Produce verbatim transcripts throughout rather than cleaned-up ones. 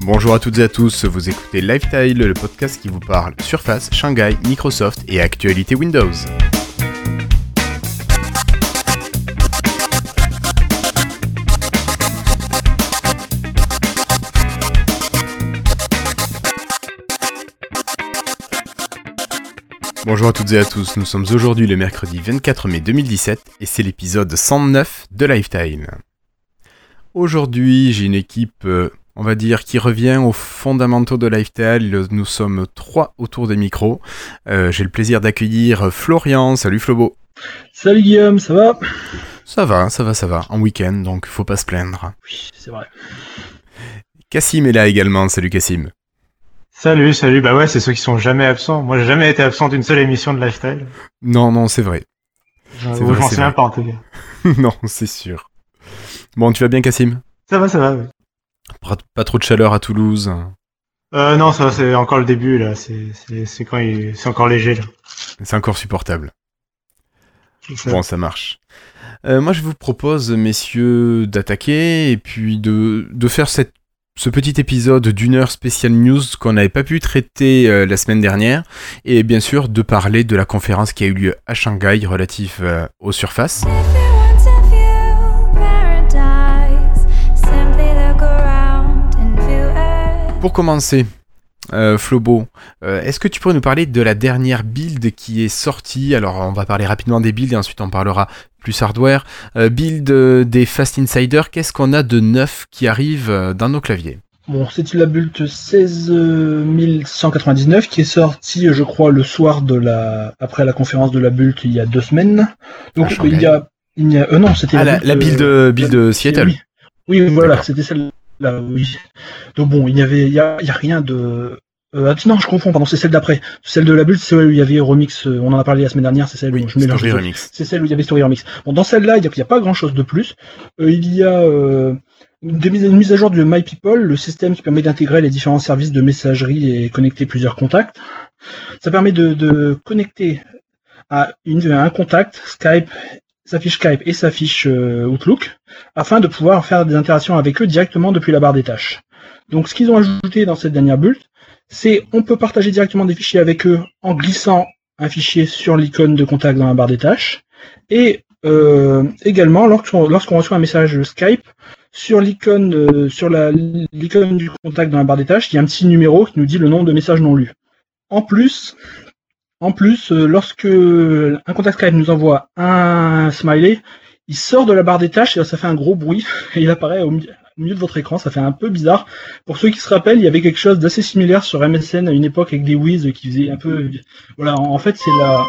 Bonjour à toutes et à tous, vous écoutez Lifestyle, le podcast qui vous parle Surface, Shanghai, Microsoft et actualité Windows. Bonjour à toutes et à tous, nous sommes aujourd'hui le mercredi vingt-quatre mai deux mille dix-sept et c'est l'épisode cent neuf de Lifestyle. Aujourd'hui, j'ai une équipe, euh, on va dire, qui revient aux fondamentaux de Lifestyle. Nous sommes trois autour des micros. Euh, j'ai le plaisir d'accueillir Florian. Salut Flobo. Salut Guillaume, ça va ? Ça va, ça va, ça va. En week-end, donc faut pas se plaindre. Oui, c'est vrai. Cassim est là également. Salut Cassim. Salut, salut. Bah ouais, c'est ceux qui sont jamais absents. Moi, j'ai jamais été absent d'une seule émission de Lifestyle. Non, non, c'est vrai. Je, c'est vrai, je m'en souviens pas en tout cas. Non, c'est sûr. Bon, tu vas bien, Cassim ? Ça va, ça va, oui. Pas, pas trop de chaleur à Toulouse ? Euh, non, ça va, c'est encore le début, là. C'est, c'est, c'est quand il, c'est encore léger, là. C'est encore supportable. Ça. Bon, ça marche. Euh, moi, je vous propose, messieurs, d'attaquer et puis de, de faire cette, ce petit épisode d'une heure spécial news qu'on n'avait pas pu traiter euh, la semaine dernière et bien sûr de parler de la conférence qui a eu lieu à Shanghai relative euh, aux surfaces. Pour commencer, euh, Flobo, euh, est-ce que tu pourrais nous parler de la dernière build qui est sortie ? Alors, on va parler rapidement des builds et ensuite on parlera plus hardware. Euh, build euh, des Fast Insider, qu'est-ce qu'on a de neuf qui arrive euh, dans nos claviers ? Bon, c'est la build seize mille cent quatre-vingt-dix-neuf qui est sortie, je crois, le soir de la après la conférence de la build il y a deux semaines. Donc il y a, il y a, euh, non, c'était ah, la, la, build, la build, euh, build la, Seattle. Oui, oui voilà, D'accord. C'était celle. Là, oui. Donc bon, il y avait, il y a, il y a rien de. Euh, non, je confonds. Pardon, c'est celle d'après. Celle de la build, c'est celle où il y avait Remix. Euh, on en a parlé la semaine dernière. C'est celle oui, où je mélange. Story Remix. C'est celle où il y avait Story Remix. Bon, dans celle-là, il y a, il y a pas grand-chose de plus. Euh, il y a euh, une, une mise à jour de My People, le système qui permet d'intégrer les différents services de messagerie et connecter plusieurs contacts. Ça permet de, de connecter à, une, à un contact Skype. Sa fiche Skype et sa fiche euh, Outlook, afin de pouvoir faire des interactions avec eux directement depuis la barre des tâches. Donc ce qu'ils ont ajouté dans cette dernière build, c'est on peut partager directement des fichiers avec eux en glissant un fichier sur l'icône de contact dans la barre des tâches, et euh, également lorsqu'on, lorsqu'on reçoit un message Skype, sur l'icône euh, sur la, l'icône du contact dans la barre des tâches, il y a un petit numéro qui nous dit le nombre de messages non lus. En plus, En plus, euh, lorsque un contact Skype nous envoie un smiley, il sort de la barre des tâches et ça fait un gros bruit et il apparaît au milieu, au milieu de votre écran. Ça fait un peu bizarre. Pour ceux qui se rappellent, il y avait quelque chose d'assez similaire sur M S N à une époque avec des whiz qui faisaient un peu... Voilà, en fait, c'est la...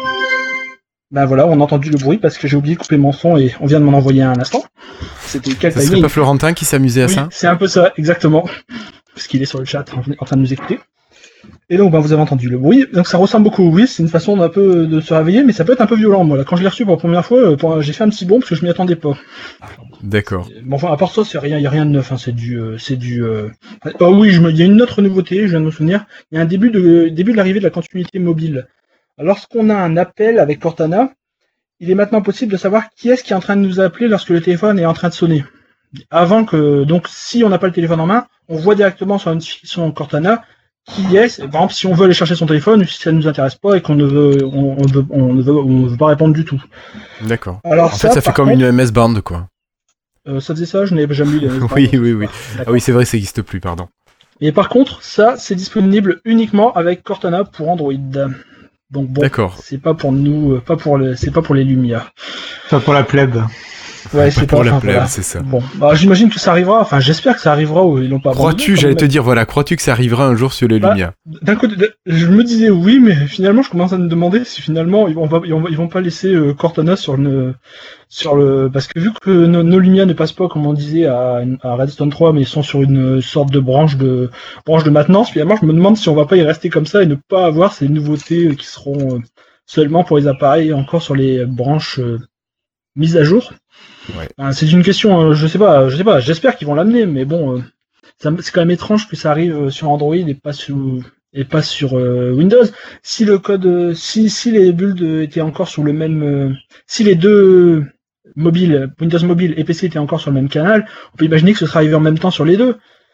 Ben voilà, on a entendu le bruit parce que j'ai oublié de couper mon son et on vient de m'en envoyer un à l'instant. C'était quel timing ? Ce serait pas Florentin qui s'amusait à oui, ça ? C'est un peu ça, exactement. Parce qu'il est sur le chat en train de nous écouter. Et donc, ben, vous avez entendu le bruit. Donc, ça ressemble beaucoup au whiz. C'est une façon d'un peu de se réveiller, mais ça peut être un peu violent. Moi, là, quand je l'ai reçu pour la première fois, pour... j'ai fait un petit bond parce que je m'y attendais pas. D'accord. Bon, enfin, à part ça, c'est rien, il y a rien de neuf. Hein. C'est du, euh, c'est du. Euh... Oh oui, je me... il y a une autre nouveauté. Je viens de me souvenir. Il y a un début de début de l'arrivée de la continuité mobile. Lorsqu'on a un appel avec Cortana, il est maintenant possible de savoir qui est-ce qui est en train de nous appeler lorsque le téléphone est en train de sonner. Avant que, donc, si on n'a pas le téléphone en main, on voit directement sur la notification Cortana qui est, par exemple, si on veut aller chercher son téléphone, si ça ne nous intéresse pas et qu'on ne veut, on, on veut, on ne veut, on ne veut pas répondre du tout. D'accord. Alors en ça, fait, ça fait comme contre, une M S band, quoi. Euh, ça faisait ça, je n'ai jamais lu les M S band. Oui, oui, oui. Ah oui, c'est vrai, ça n'existe plus, pardon. Et par contre, ça, c'est disponible uniquement avec Cortana pour Android. Donc bon, D'accord. C'est pas pour nous, pas pour le, c'est pas pour les Lumia. Pas pour la plèbe. Ouais, c'est pour pas, la enfin, plèbe, voilà. c'est ça. Bon, bah, j'imagine que ça arrivera. Enfin, j'espère que ça arrivera où ils l'ont pas. Crois-tu, j'allais te dire, voilà, crois-tu que ça arrivera un jour sur les bah, Lumia ? D'un côté, je me disais oui, mais finalement, je commence à me demander si finalement ils vont pas, ils vont, ils vont pas laisser euh, Cortana sur le, sur le, parce que vu que nos, nos Lumia ne passent pas, comme on disait, à, à Redstone trois, mais ils sont sur une sorte de branche de, branche de maintenance. Finalement, je me demande si on va pas y rester comme ça et ne pas avoir ces nouveautés qui seront euh, seulement pour les appareils encore sur les branches euh, mises à jour. Ouais. Enfin, c'est une question, euh, je sais pas, je sais pas. J'espère qu'ils vont l'amener, mais bon, euh, ça, c'est quand même étrange que ça arrive sur Android et pas sur et pas sur euh, Windows. Si le code, euh, si si les builds étaient encore sur le même, euh, si les deux mobiles, Windows Mobile et P C étaient encore sur le même canal, on peut imaginer que ce sera arrivé en même temps sur les deux.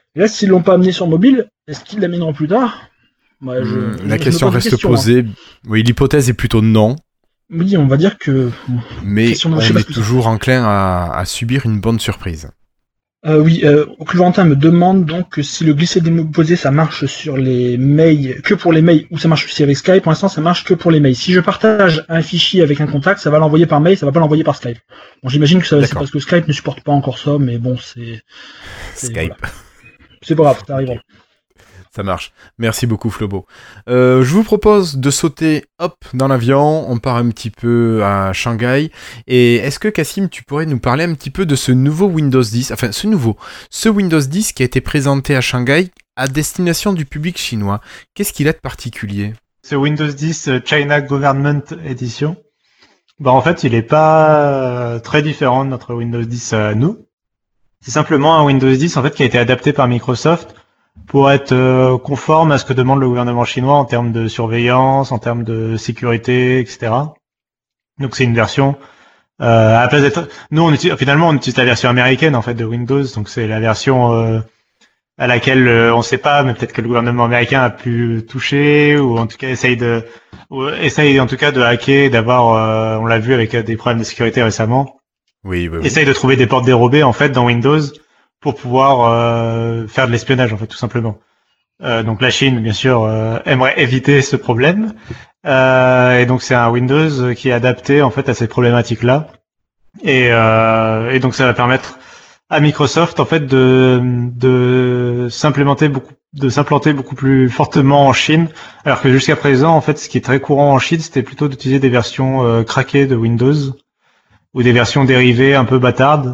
Et là, s'ils l'ont pas amené sur mobile, est-ce qu'ils l'amèneront plus tard? Bah, je, mmh, je, La je question reste question, posée. Hein. Oui, l'hypothèse est plutôt non. Oui, on va dire que... Mais question, on est toujours enclin à, à subir une bonne surprise. Euh, oui, euh, Cluventin me demande donc si le glisser déposé ça marche sur les mails, que pour les mails, ou ça marche aussi avec Skype. Pour l'instant, ça marche que pour les mails. Si je partage un fichier avec un contact, ça va l'envoyer par mail, ça va pas l'envoyer par Skype. Bon, j'imagine que ça, c'est parce que Skype ne supporte pas encore ça, mais bon, c'est... c'est Skype. Voilà. C'est pas grave, ça arrivera. Okay. Ça marche. Merci beaucoup, Flobo. Euh, je vous propose de sauter, hop, dans l'avion. On part un petit peu à Shanghai. Et est-ce que, Cassim, tu pourrais nous parler un petit peu de ce nouveau Windows dix, enfin, ce nouveau, ce Windows dix qui a été présenté à Shanghai à destination du public chinois. Qu'est-ce qu'il a de particulier? Ce Windows dix China Government Edition, bah, en fait, il est pas très différent de notre Windows dix à nous. C'est simplement un Windows dix, en fait, qui a été adapté par Microsoft pour être euh, conforme à ce que demande le gouvernement chinois en termes de surveillance, en termes de sécurité, et cetera. Donc c'est une version euh, à la place d'être. Nous, on utilise, finalement, on utilise la version américaine en fait de Windows, donc c'est la version euh, à laquelle euh, on ne sait pas, mais peut-être que le gouvernement américain a pu toucher ou en tout cas essaye de, ou essaye en tout cas de hacker, d'avoir, euh, on l'a vu avec des problèmes de sécurité récemment. Oui, oui, oui. Essaye de trouver des portes dérobées en fait dans Windows pour pouvoir euh, faire de l'espionnage en fait tout simplement. Euh, donc la Chine bien sûr euh, aimerait éviter ce problème euh, et donc c'est un Windows qui est adapté en fait à ces problématiques là et, euh, et donc ça va permettre à Microsoft en fait de de s'implémenter beaucoup de s'implanter beaucoup plus fortement en Chine, alors que jusqu'à présent en fait ce qui est très courant en Chine c'était plutôt d'utiliser des versions euh, craquées de Windows ou des versions dérivées un peu bâtardes.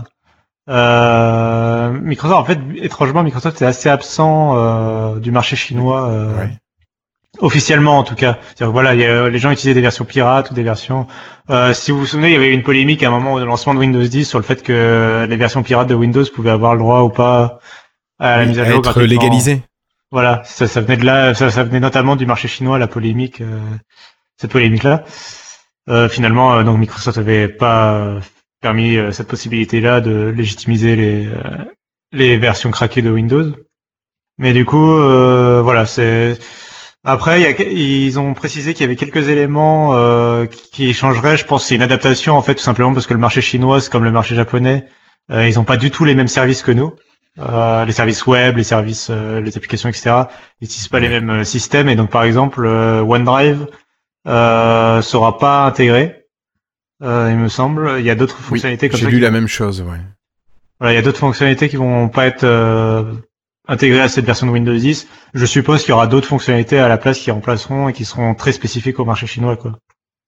Euh, Microsoft, en fait, étrangement, Microsoft est assez absent euh, du marché chinois, euh, ouais. Officiellement en tout cas. C'est-à-dire que, voilà, il y a, les gens utilisaient des versions pirates ou des versions. Euh, si vous vous souvenez, il y avait eu une polémique à un moment au lancement de Windows dix sur le fait que les versions pirates de Windows pouvaient avoir le droit ou pas à la oui, mise à, à jour. Être légalisé. Voilà, ça, ça venait de là, ça, ça venait notamment du marché chinois, la polémique, euh, cette polémique-là. Euh, finalement, euh, donc Microsoft avait pas permis euh, cette possibilité-là de légitimiser les euh, les versions craquées de Windows. Mais du coup, euh, voilà, c'est après y a... ils ont précisé qu'il y avait quelques éléments euh, qui changeraient. Je pense que c'est une adaptation en fait, tout simplement parce que le marché chinois, c'est comme le marché japonais, euh, ils ont pas du tout les mêmes services que nous. Euh, les services web, les services, euh, les applications, et cetera. Ils n'utilisent pas les mêmes euh, systèmes et donc par exemple, euh, OneDrive euh, sera pas intégré. Euh, il me semble, il y a d'autres fonctionnalités oui, comme j'ai ça. J'ai lu qui... la même chose, ouais. Voilà, il y a d'autres fonctionnalités qui vont pas être euh, intégrées à cette version de Windows dix. Je suppose qu'il y aura d'autres fonctionnalités à la place qui remplaceront et qui seront très spécifiques au marché chinois, quoi.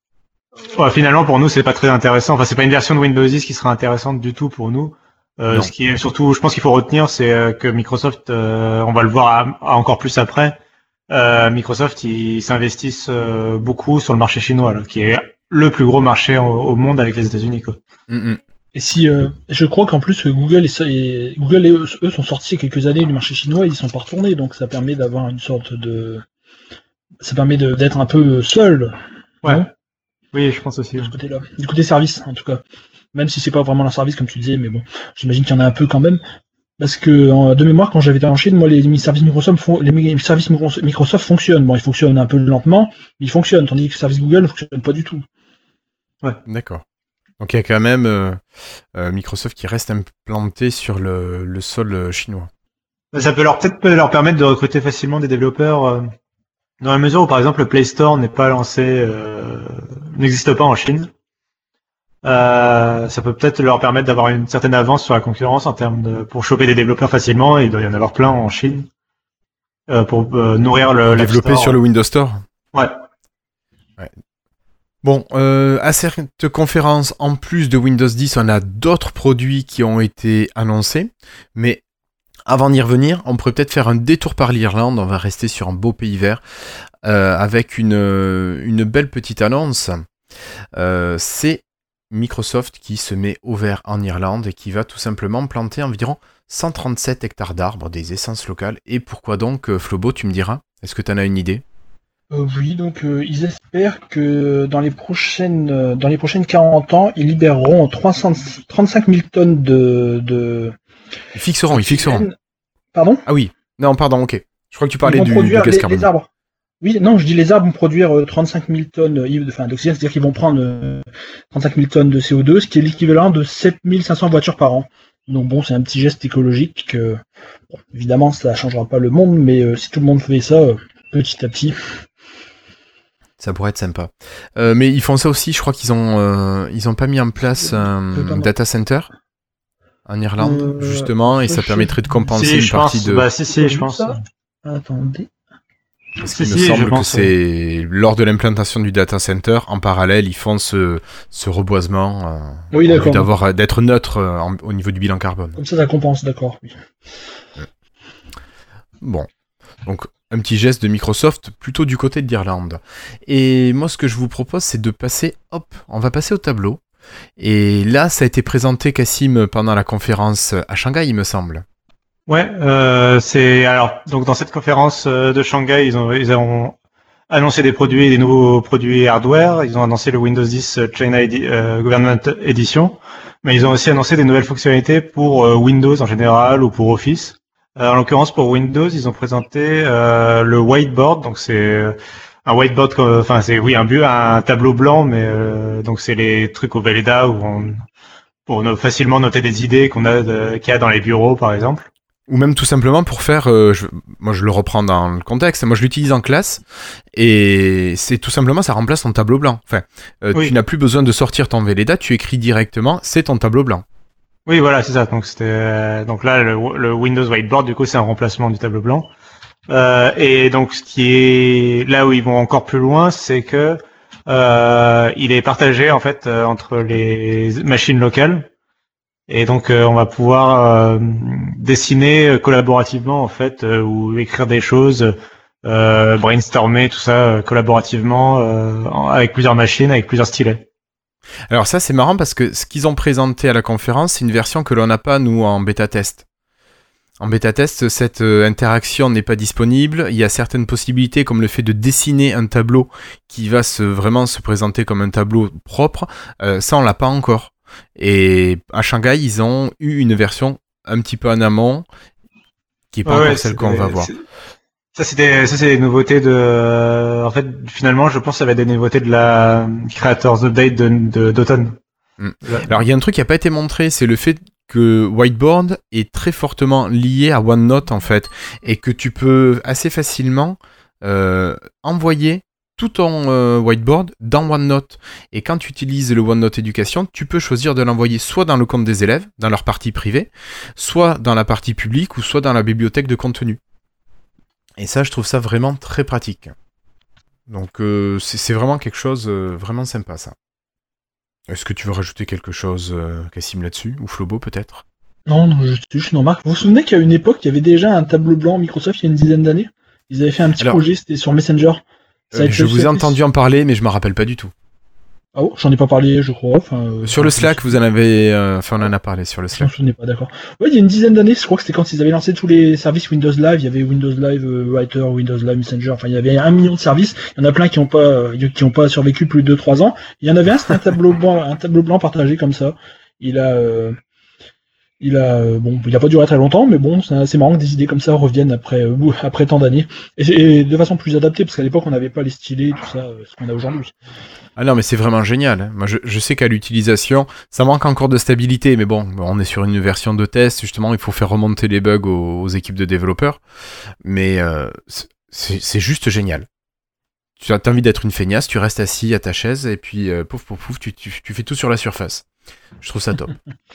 Ouais, finalement, pour nous, c'est pas très intéressant. Enfin, c'est pas une version de Windows dix qui sera intéressante du tout pour nous. Euh, ce qui est surtout, je pense qu'il faut retenir, c'est euh, que Microsoft, euh, on va le voir à, à encore plus après. Euh, Microsoft, ils s'investissent euh, beaucoup sur le marché chinois, là, qui est le plus gros marché au, au monde avec les États-Unis, quoi. Mm-hmm. Et si, euh, je crois qu'en plus Google et, et Google et eux, eux sont sortis il y a quelques années du marché chinois, et ils sont pas retournés, donc ça permet d'avoir une sorte de, ça permet de, d'être un peu seul. Ouais. Non oui, je pense aussi. De ce côté-là, du côté service, en tout cas. Même si c'est pas vraiment un service comme tu disais, mais bon, j'imagine qu'il y en a un peu quand même. Parce que de mémoire, quand j'avais été en Chine, moi, les services Microsoft, font, les services Microsoft fonctionnent. Bon, ils fonctionnent un peu lentement, mais ils fonctionnent, tandis que les services Google ne fonctionnent pas du tout. Ouais, d'accord. Donc il y a quand même euh, euh, Microsoft qui reste implanté sur le, le sol chinois. Ça peut leur peut-être leur permettre de recruter facilement des développeurs euh, dans la mesure où, par exemple, le Play Store n'est pas lancé, euh, n'existe pas en Chine. Euh, ça peut peut-être leur permettre d'avoir une certaine avance sur la concurrence en termes de pour choper des développeurs facilement, et il doit y en avoir plein en Chine euh, pour euh, nourrir le développer sur le Windows Store. Ouais. Ouais. Bon, euh, à cette conférence, en plus de Windows dix, on a d'autres produits qui ont été annoncés, mais avant d'y revenir, on pourrait peut-être faire un détour par l'Irlande. On va rester sur un beau pays vert euh, avec une une belle petite annonce. Euh, c'est Microsoft qui se met au vert en Irlande et qui va tout simplement planter environ cent trente-sept hectares d'arbres, des essences locales. Et pourquoi donc, Flobo, tu me diras? Est-ce que tu en as une idée? euh, Oui, donc euh, ils espèrent que dans les prochaines euh, dans les prochaines quarante ans, ils libéreront trois cent trente-cinq mille tonnes de... de... Ils fixeront, ils fixeront. Pardon ? Ah oui, non, pardon, ok. Je crois que tu parlais Ils vont du, produire du gaz les, carbonique. les arbres. Oui, non, je dis les arbres vont produire euh, trente-cinq mille tonnes euh, enfin, d'oxygène, c'est-à-dire qu'ils vont prendre euh, trente-cinq mille tonnes de C O deux, ce qui est l'équivalent de sept mille cinq cents voitures par an. Donc bon, c'est un petit geste écologique que, bon, évidemment, ça changera pas le monde, mais euh, si tout le monde faisait ça, euh, petit à petit... Ça pourrait être sympa. Euh, mais ils font ça aussi, je crois qu'ils ont, euh, ils ont pas mis en place un data center en Irlande, Euh, justement, et ça, ça je- permettrait de compenser Si, une je partie pense. de... Bah, si, si, je pense. Ça Attendez. Parce Si, qu'il si, me je semble que pense, c'est lors de l'implantation du data center, en parallèle, ils font ce, ce reboisement euh, Oui, en vue d'accord. d'avoir, d'être neutre euh, en- au niveau du bilan carbone. Comme ça, ça compense, d'accord. Oui. Bon, donc un petit geste de Microsoft plutôt du côté de l'Irlande. Et moi, ce que je vous propose, c'est de passer, hop, on va passer au tableau. Et là, ça a été présenté, Cassim, pendant la conférence à Shanghai, il me semble. Ouais, euh, c'est alors donc dans cette conférence euh, de Shanghai, ils ont ils ont annoncé des produits, des nouveaux produits hardware. Ils ont annoncé le Windows dix China Edi- euh, Government Edition, mais ils ont aussi annoncé des nouvelles fonctionnalités pour euh, Windows en général ou pour Office. Euh, en l'occurrence, pour Windows, ils ont présenté euh, le whiteboard. Donc c'est euh, un whiteboard, euh, enfin c'est oui un bu, un tableau blanc, mais euh, donc c'est les trucs au Velleda où on pour no- facilement noter des idées qu'on a de- qu'il y a dans les bureaux, par exemple. Ou même tout simplement pour faire, euh, je, moi je le reprends dans le contexte, moi je l'utilise en classe, et c'est tout simplement, ça remplace ton tableau blanc. Enfin, euh, Oui. tu n'as plus besoin de sortir ton Velleda, tu écris directement, c'est ton tableau blanc. Oui, voilà, c'est ça. Donc c'était euh, donc là le, le Windows Whiteboard, du coup, c'est un remplacement du tableau blanc. Euh, et donc ce qui est là où ils vont encore plus loin, c'est que euh, il est partagé en fait euh, entre les machines locales. Et donc euh, on va pouvoir euh, dessiner euh, collaborativement en fait euh, ou écrire des choses, euh, brainstormer tout ça euh, collaborativement euh, en- avec plusieurs machines, avec plusieurs stylets. Alors ça c'est marrant parce que ce qu'ils ont présenté à la conférence, c'est une version que l'on n'a pas nous en bêta-test. En bêta-test, cette euh, interaction n'est pas disponible. Il y a certaines possibilités comme le fait de dessiner un tableau qui va se, vraiment se présenter comme un tableau propre. Euh, ça on l'a pas encore. Et à Shanghai, ils ont eu une version un petit peu en amont, qui est pas Ouais, encore ouais, celle c'est qu'on des- va voir. c'est- Ça c'est des, ça c'est des nouveautés de. En fait, finalement, je pense que ça va être des nouveautés de la Creators Update de de- d'automne. Mm. Là- Alors il y a un truc qui n'a pas été montré, c'est le fait que Whiteboard est très fortement lié à OneNote en fait, et que tu peux assez facilement euh, envoyer tout ton euh, whiteboard dans OneNote. Et quand tu utilises le OneNote Éducation, tu peux choisir de l'envoyer soit dans le compte des élèves, dans leur partie privée, soit dans la partie publique, ou soit dans la bibliothèque de contenu. Et ça, je trouve ça vraiment très pratique. Donc euh, c'est, c'est vraiment quelque chose euh, vraiment sympa ça. Est-ce que tu veux rajouter quelque chose, euh, Cassim, là-dessus? Ou Flobo, peut-être? Non, non, je, je suis dans Marc. Vous vous souvenez qu'à une époque, il y avait déjà un tableau blanc Microsoft il y a une dizaine d'années? Ils avaient fait un petit Alors, projet, c'était sur Messenger. Ça a Euh, été je vous ai fait- entendu en parler, mais je me rappelle pas du tout. Ah bon, j'en ai pas parlé, je crois. Enfin, euh, Sur le enfin, Slack, vous en avez... euh, Enfin, on en a parlé sur le Je m'en Slack. souvenais pas, d'accord. Ouais, il y a une dizaine d'années, je crois que c'était quand ils avaient lancé tous les services Windows Live. Il y avait Windows Live euh, Writer, Windows Live Messenger. Enfin, il y avait un million de services. Il y en a plein qui ont pas, euh, qui ont pas survécu plus de deux trois ans. Il y en avait un, c'était un tableau blanc, un tableau blanc partagé comme ça. Il a, euh, il a, euh, bon, il a pas duré très longtemps, mais bon, c'est assez marrant que des idées comme ça reviennent après, euh, bouh, après tant d'années. Et, et de façon plus adaptée, parce qu'à l'époque, on n'avait pas les stylés, tout ça, euh, ce qu'on a aujourd'hui. Ah non, mais c'est vraiment génial. hein. Moi, je, je sais qu'à l'utilisation, ça manque encore de stabilité, mais bon, on est sur une version de test, justement, il faut faire remonter les bugs aux, aux équipes de développeurs. Mais euh, c'est, c'est juste génial. Tu as envie d'être une feignasse, tu restes assis à ta chaise, et puis, euh, pouf, pouf, pouf, tu, tu, tu fais tout sur la surface. Je trouve ça top.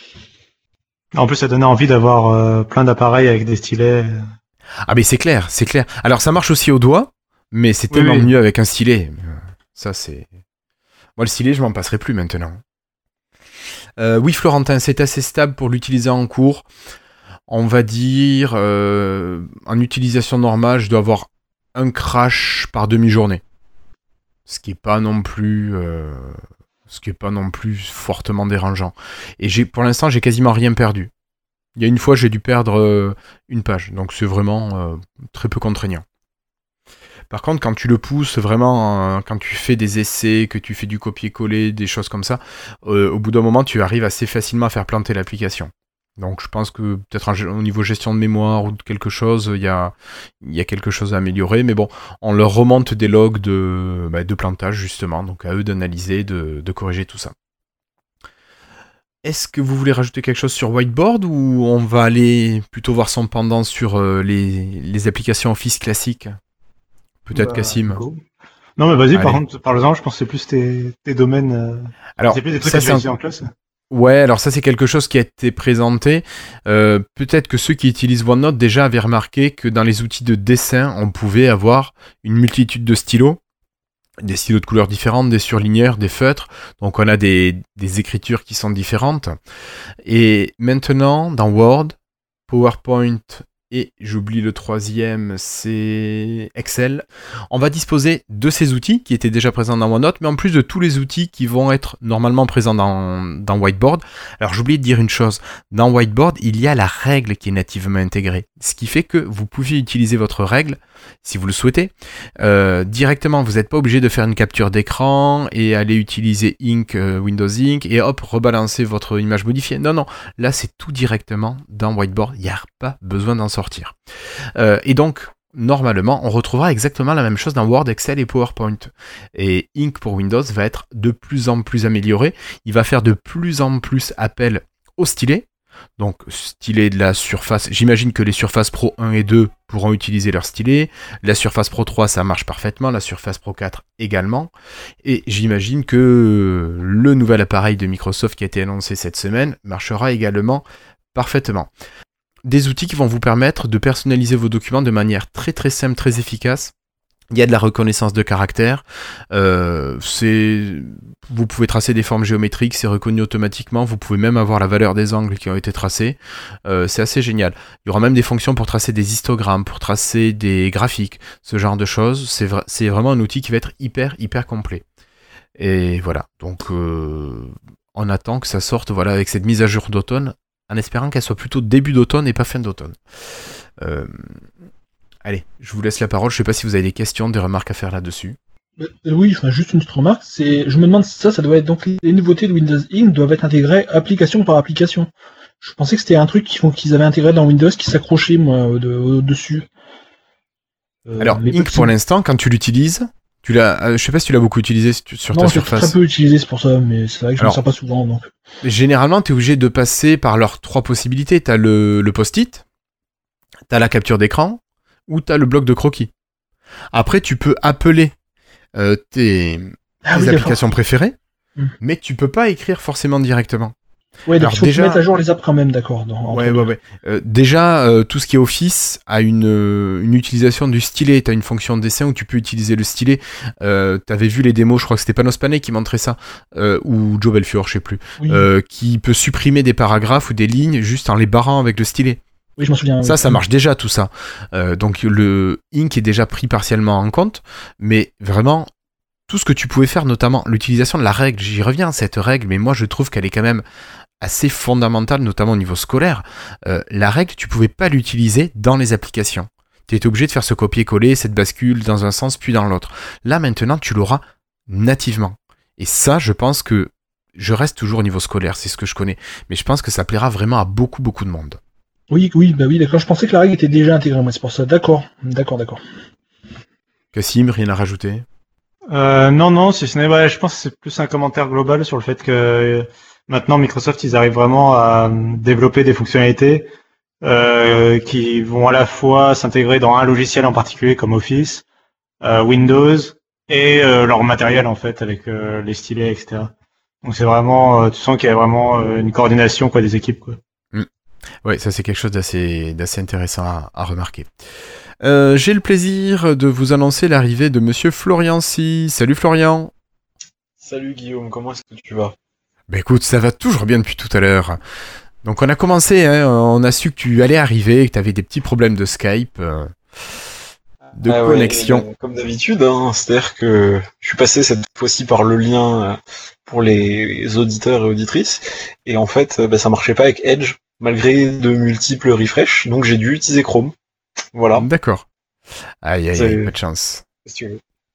En plus, ça donnait envie d'avoir euh, plein d'appareils avec des stylets. Ah mais c'est clair, c'est clair. Alors ça marche aussi au doigt, mais c'est Oui, tellement oui. mieux avec un stylet. Ça c'est... Moi le stylet, je m'en passerai plus maintenant. Euh, oui Florentin, c'est assez stable pour l'utiliser en cours. On va dire, euh, en utilisation normale, je dois avoir un crash par demi-journée. Ce qui est pas non plus... euh, ce qui est pas non plus fortement dérangeant. Et j'ai, pour l'instant, j'ai quasiment rien perdu. Il y a une fois, j'ai dû perdre euh, une page, donc c'est vraiment euh, très peu contraignant. Par contre, quand tu le pousses vraiment, euh, quand tu fais des essais, que tu fais du copier-coller, des choses comme ça, euh, au bout d'un moment, tu arrives assez facilement à faire planter l'application. Donc je pense que peut-être un, au niveau gestion de mémoire ou de quelque chose, il y a, y a quelque chose à améliorer. Mais bon, on leur remonte des logs de, bah, de plantage justement, donc à eux d'analyser, de, de corriger tout ça. Est-ce que vous voulez rajouter quelque chose sur Whiteboard ou on va aller plutôt voir son pendant sur euh, les, les applications Office classiques? Peut-être bah, Cassim. Go. Non mais vas-y, Allez. Par contre, parle-en, je pense que c'est plus tes, tes domaines. Euh... Alors, c'est plus des trucs ça, que tu fais un... en classe. Ouais, alors ça c'est quelque chose qui a été présenté. Euh, peut-être que ceux qui utilisent OneNote déjà avaient remarqué que dans les outils de dessin, on pouvait avoir une multitude de stylos, des stylos de couleurs différentes, des surligneurs, des feutres. Donc on a des, des écritures qui sont différentes. Et maintenant, dans Word, PowerPoint et j'oublie le troisième, c'est Excel. On va disposer de ces outils qui étaient déjà présents dans OneNote, mais en plus de tous les outils qui vont être normalement présents dans, dans Whiteboard. Alors j'oublie de dire une chose, dans Whiteboard, il y a la règle qui est nativement intégrée, ce qui fait que vous pouvez utiliser votre règle, si vous le souhaitez, euh, directement. Vous n'êtes pas obligé de faire une capture d'écran et aller utiliser Ink, euh, Windows Ink, et hop, rebalancer votre image modifiée. Non, non, là c'est tout directement dans Whiteboard, il n'y a pas besoin d'en sortir. Euh, et donc, normalement, on retrouvera exactement la même chose dans Word, Excel et PowerPoint. Et Ink pour Windows va être de plus en plus amélioré. Il va faire de plus en plus appel au stylet. Donc, stylet de la Surface. J'imagine que les Surface Pro un et deux pourront utiliser leur stylet. La Surface Pro trois, ça marche parfaitement. La Surface Pro quatre également. Et j'imagine que le nouvel appareil de Microsoft qui a été annoncé cette semaine marchera également parfaitement. Des outils qui vont vous permettre de personnaliser vos documents de manière très très simple, très efficace. Il y a de la reconnaissance de caractères. Euh, c'est... Vous pouvez tracer des formes géométriques, c'est reconnu automatiquement. Vous pouvez même avoir la valeur des angles qui ont été tracés. Euh, c'est assez génial. Il y aura même des fonctions pour tracer des histogrammes, pour tracer des graphiques, ce genre de choses. C'est, vra... c'est vraiment un outil qui va être hyper hyper complet. Et voilà. Donc euh, on attend que ça sorte, voilà, avec cette mise à jour d'automne, en espérant qu'elle soit plutôt début d'automne et pas fin d'automne. Euh... Allez, je vous laisse la parole. Je ne sais pas si vous avez des questions, des remarques à faire là-dessus. Euh, oui, enfin, juste une petite remarque. C'est, je me demande si ça, ça doit être donc les nouveautés de Windows Ink doivent être intégrées application par application. Je pensais que c'était un truc qu'ils, font, qu'ils avaient intégré dans Windows qui s'accrochait moi au, de, au dessus. Euh, Alors Ink petits... pour l'instant, quand tu l'utilises, tu l'as. Euh, je sais pas si tu l'as beaucoup utilisé sur non, ta Surface. Non, c'est très peu utilisé, c'est pour ça, mais c'est vrai que je ne me sers pas souvent. Donc. Généralement, tu es obligé de passer par leurs trois possibilités. Tu as le, le post-it, tu as la capture d'écran, ou tu as le bloc de croquis. Après, tu peux appeler euh, tes, ah, tes oui, applications préférées, mmh. mais tu peux pas écrire forcément directement. Ouais, donc Alors, il faut déjà... mettre à jour les apps quand même, d'accord. Dans, ouais, ouais, ouais. Euh, déjà, euh, tout ce qui est Office a une, euh, une utilisation du stylet. Tu as une fonction de dessin où tu peux utiliser le stylet. Euh, tu avais vu les démos, je crois que c'était Panos Panay qui montrait ça, euh, ou Joe Belfiore, je sais plus, oui. euh, qui peut supprimer des paragraphes ou des lignes juste en les barrant avec le stylet. Oui, je m'en souviens. Ça, oui. ça marche déjà, tout ça. Euh, donc, le Ink est déjà pris partiellement en compte, mais vraiment, tout ce que tu pouvais faire, notamment l'utilisation de la règle, j'y reviens à cette règle, mais moi, je trouve qu'elle est quand même assez fondamentale, notamment au niveau scolaire. Euh, la règle, tu pouvais pas l'utiliser dans les applications. Tu étais obligé de faire ce copier-coller, cette bascule dans un sens puis dans l'autre. Là, maintenant, tu l'auras nativement. Et ça, je pense que je reste toujours au niveau scolaire, c'est ce que je connais. Mais je pense que ça plaira vraiment à beaucoup, beaucoup de monde. Oui, oui, bah oui, d'accord. Je pensais que la règle était déjà intégrée, moi, c'est pour ça. D'accord, d'accord, d'accord. Cassim, rien à rajouter euh, Non, non, si ce n'est, ouais, je pense que c'est plus un commentaire global sur le fait que euh, maintenant Microsoft, ils arrivent vraiment à euh, développer des fonctionnalités euh, qui vont à la fois s'intégrer dans un logiciel en particulier comme Office, euh, Windows et euh, leur matériel en fait avec euh, les stylets, et cetera. Donc c'est vraiment, euh, tu sens qu'il y a vraiment euh, une coordination quoi des équipes quoi. Oui, ça c'est quelque chose d'assez, d'assez intéressant à, à remarquer. Euh, j'ai le plaisir de vous annoncer l'arrivée de Monsieur Florian Si. Salut Florian. Salut Guillaume, comment est-ce que tu vas ? Ben écoute, ça va toujours bien depuis tout à l'heure. Donc on a commencé, hein, on a su que tu allais arriver, que tu avais des petits problèmes de Skype, euh, de ah connexion. Ouais, comme d'habitude, hein, c'est-à-dire que je suis passé cette fois-ci par le lien pour les auditeurs et auditrices, et en fait, ben, ça marchait pas avec Edge. Malgré de multiples refreshs, donc j'ai dû utiliser Chrome. Voilà. D'accord. Aïe, aïe, aïe, pas de chance. Qu'est-ce que tu veux ?